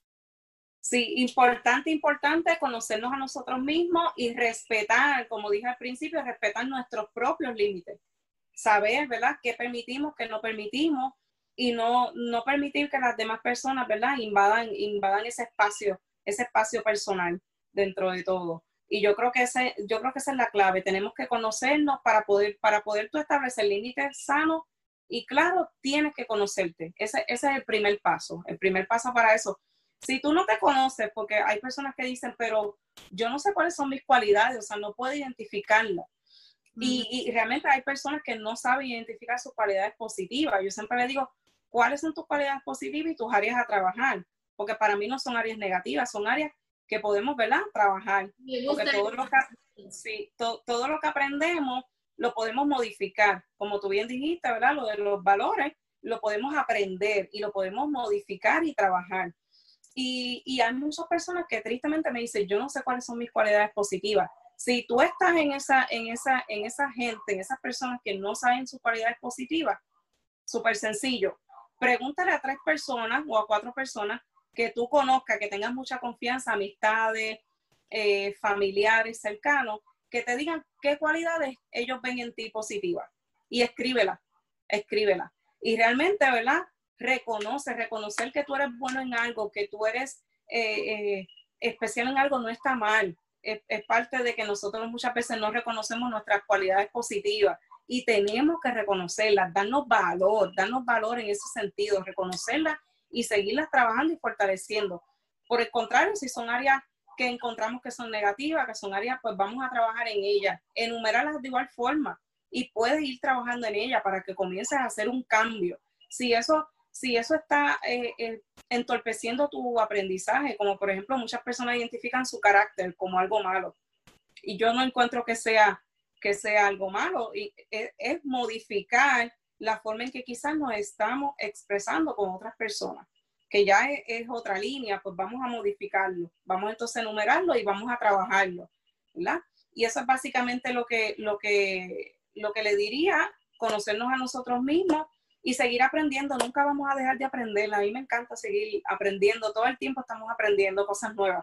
Sí, importante conocernos a nosotros mismos y respetar, como dije al principio, respetar nuestros propios límites. Saber, ¿verdad?, qué permitimos, qué no permitimos y no permitir que las demás personas, ¿verdad?, invadan ese espacio personal dentro de todo. Y yo creo que esa es la clave. Tenemos que conocernos para poder tú establecer límites sanos y claro, tienes que conocerte. Ese es el primer paso para eso. Si tú no te conoces, porque hay personas que dicen, pero yo no sé cuáles son mis cualidades, o sea, no puedo identificarlas. Y realmente hay personas que no saben identificar sus cualidades positivas. Yo siempre le digo, ¿cuáles son tus cualidades positivas y tus áreas a trabajar? Porque para mí no son áreas negativas, son áreas que podemos, ¿verdad?, trabajar. Porque todo lo que aprendemos lo podemos modificar. Como tú bien dijiste, ¿verdad?, lo de los valores, lo podemos aprender y lo podemos modificar y trabajar. Y hay muchas personas que tristemente me dicen, yo no sé cuáles son mis cualidades positivas. Si tú estás en esa gente, en esas personas que no saben sus cualidades positivas, súper sencillo. Pregúntale a 3 personas o a 4 personas que tú conozcas, que tengas mucha confianza, amistades, familiares cercanos, que te digan qué cualidades ellos ven en ti positivas. Y escríbela. Y realmente, ¿verdad?, reconocer que tú eres bueno en algo, que tú eres especial en algo, no está mal. Es parte de que nosotros muchas veces no reconocemos nuestras cualidades positivas y tenemos que reconocerlas, darnos valor en ese sentido, reconocerlas y seguirlas trabajando y fortaleciendo. Por el contrario, si son áreas que encontramos que son negativas, que son áreas, pues vamos a trabajar en ellas, enumerarlas de igual forma y puedes ir trabajando en ellas para que comiences a hacer un cambio. Si eso está entorpeciendo tu aprendizaje, como por ejemplo muchas personas identifican su carácter como algo malo, y yo no encuentro que sea algo malo, y es modificar la forma en que quizás nos estamos expresando con otras personas, que ya es otra línea, pues vamos a modificarlo, vamos entonces a enumerarlo y vamos a trabajarlo, ¿verdad? Y eso es básicamente lo que le diría, conocernos a nosotros mismos y seguir aprendiendo. Nunca vamos a dejar de aprender. A mí me encanta seguir aprendiendo. Todo el tiempo estamos aprendiendo cosas nuevas.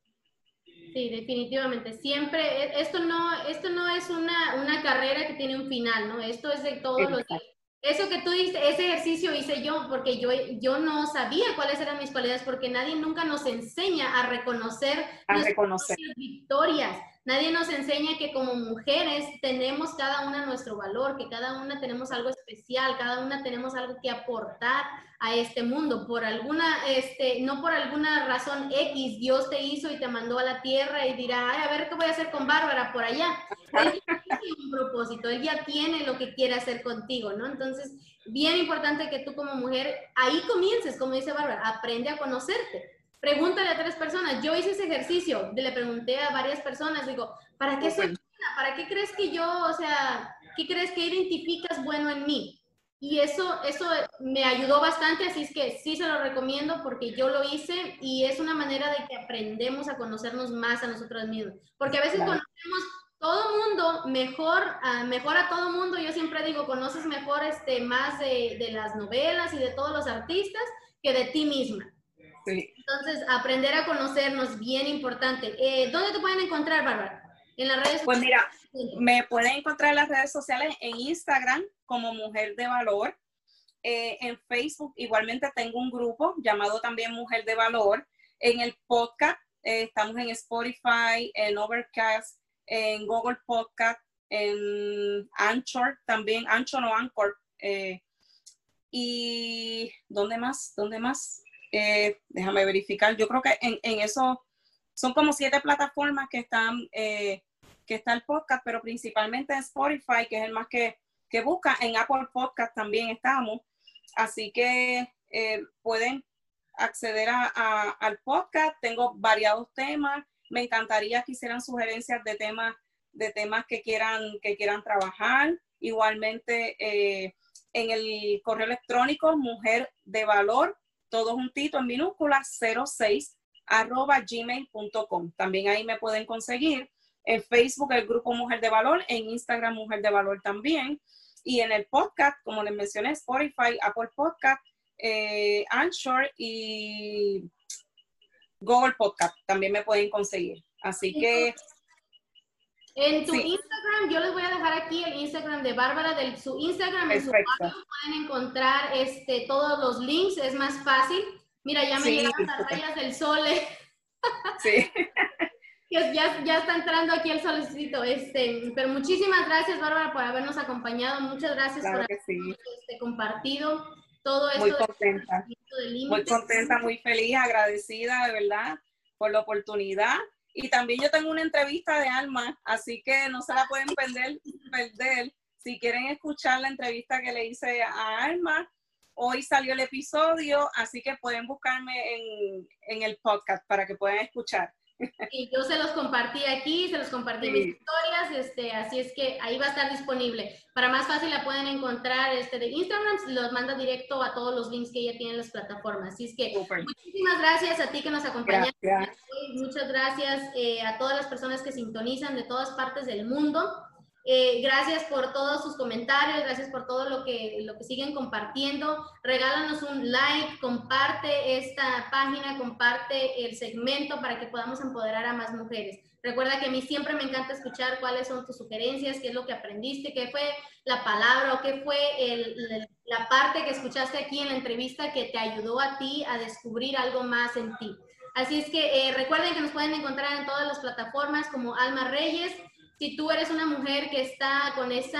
Sí, definitivamente. Siempre, esto no es una carrera que tiene un final, ¿no? Esto es de todos los días. Eso que tú dices, ese ejercicio hice yo, porque yo no sabía cuáles eran mis cualidades, porque nadie nunca nos enseña a reconocer nuestras victorias. Nadie nos enseña que como mujeres tenemos cada una nuestro valor, que cada una tenemos algo especial, cada una tenemos algo que aportar a este mundo. Por alguna, no por alguna razón X, Dios te hizo y te mandó a la tierra y dirá, ay, a ver qué voy a hacer con Bárbara por allá. Él tiene un propósito, él ya tiene lo que quiere hacer contigo, ¿no? Entonces, bien importante que tú como mujer ahí comiences, como dice Bárbara, aprende a conocerte. Pregúntale a 3 personas. Yo hice ese ejercicio, le pregunté a varias personas, digo, ¿para qué soy buena? ¿Para qué crees que yo, o sea, qué crees que identificas bueno en mí? Y eso me ayudó bastante, así es que sí se lo recomiendo porque yo lo hice y es una manera de que aprendemos a conocernos más a nosotros mismos. Porque a veces conocemos todo mundo mejor a todo mundo. Yo siempre digo, conoces mejor más de las novelas y de todos los artistas que de ti misma. Sí. Entonces, aprender a conocernos, bien importante. ¿Dónde te pueden encontrar, Bárbara? En las redes sociales. Pues mira, me pueden encontrar en las redes sociales, en Instagram como Mujer de Valor. En Facebook igualmente tengo un grupo llamado también Mujer de Valor. En el podcast estamos en Spotify, en Overcast, en Google Podcast, en Anchor también, Anchor o Anchor. ¿Y dónde más? Déjame verificar. Yo creo que en eso son como 7 plataformas que están, que está el podcast, pero principalmente en Spotify, que es el más que busca. En Apple Podcast también estamos. Así que pueden acceder al podcast. Tengo variados temas. Me encantaría que hicieran sugerencias de temas que quieran trabajar. Igualmente, en el correo electrónico mujer de valor, todo juntito en minúsculas, 06@gmail.com. También ahí me pueden conseguir. En Facebook, el grupo Mujer de Valor, en Instagram, Mujer de Valor también. Y en el podcast, como les mencioné, Spotify, Apple Podcast, Anchor y Google Podcast también me pueden conseguir. Así que... En tu Instagram, yo les voy a dejar aquí el Instagram de Bárbara, su Instagram, en su bio pueden encontrar todos los links, es más fácil. Mira, ya me llegaron las rayas del sol. Sí. Ya está entrando aquí el solecito. Pero muchísimas gracias, Bárbara, por habernos acompañado. Muchas gracias por haber compartido todo esto. Muy contenta. Muy contenta, muy feliz, agradecida de verdad por la oportunidad. Y también yo tengo una entrevista de Alma, así que no se la pueden perder. Si quieren escuchar la entrevista que le hice a Alma, hoy salió el episodio, así que pueden buscarme en el podcast para que puedan escuchar. Y yo se los compartí aquí, se los compartí mis historias, así es que ahí va a estar disponible. Para más fácil la pueden encontrar de Instagram, los manda directo a todos los links que ella tiene en las plataformas. Así es que muchísimas gracias a ti que nos acompañaste. Muchas gracias a todas las personas que sintonizan de todas partes del mundo. Gracias por todos sus comentarios, gracias por todo lo que siguen compartiendo. Regálanos un like, comparte esta página, comparte el segmento para que podamos empoderar a más mujeres. Recuerda que a mí siempre me encanta escuchar cuáles son tus sugerencias, qué es lo que aprendiste, qué fue la palabra o qué fue la parte que escuchaste aquí en la entrevista que te ayudó a ti a descubrir algo más en ti. Así es que recuerden que nos pueden encontrar en todas las plataformas como Alma Reyes. Si tú eres una mujer que está con esa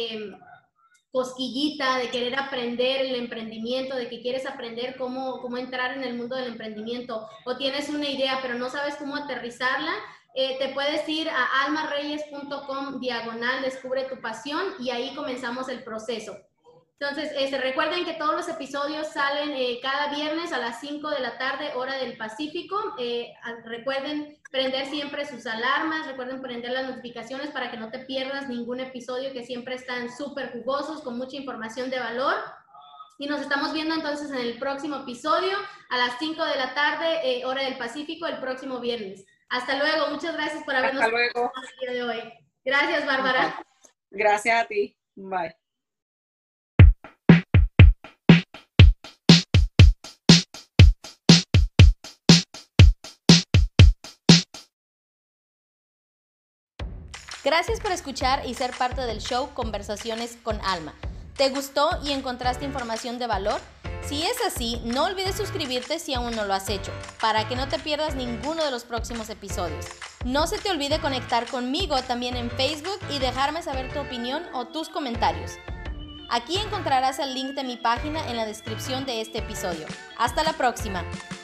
cosquillita de querer aprender el emprendimiento, de que quieres aprender cómo entrar en el mundo del emprendimiento, o tienes una idea pero no sabes cómo aterrizarla, te puedes ir a almarreyes.com/descubre tu pasión y ahí comenzamos el proceso. Entonces, recuerden que todos los episodios salen cada viernes a las 5 de la tarde, hora del Pacífico. Recuerden prender siempre sus alarmas, recuerden prender las notificaciones para que no te pierdas ningún episodio, que siempre están súper jugosos, con mucha información de valor. Y nos estamos viendo entonces en el próximo episodio a las 5 de la tarde, hora del Pacífico, el próximo viernes. Hasta luego. Muchas gracias por habernos acompañado el día de hoy. Gracias, Bárbara. Gracias a ti. Bye. Gracias por escuchar y ser parte del show Conversaciones con Alma. ¿Te gustó y encontraste información de valor? Si es así, no olvides suscribirte si aún no lo has hecho, para que no te pierdas ninguno de los próximos episodios. No se te olvide conectar conmigo también en Facebook y dejarme saber tu opinión o tus comentarios. Aquí encontrarás el link de mi página en la descripción de este episodio. Hasta la próxima.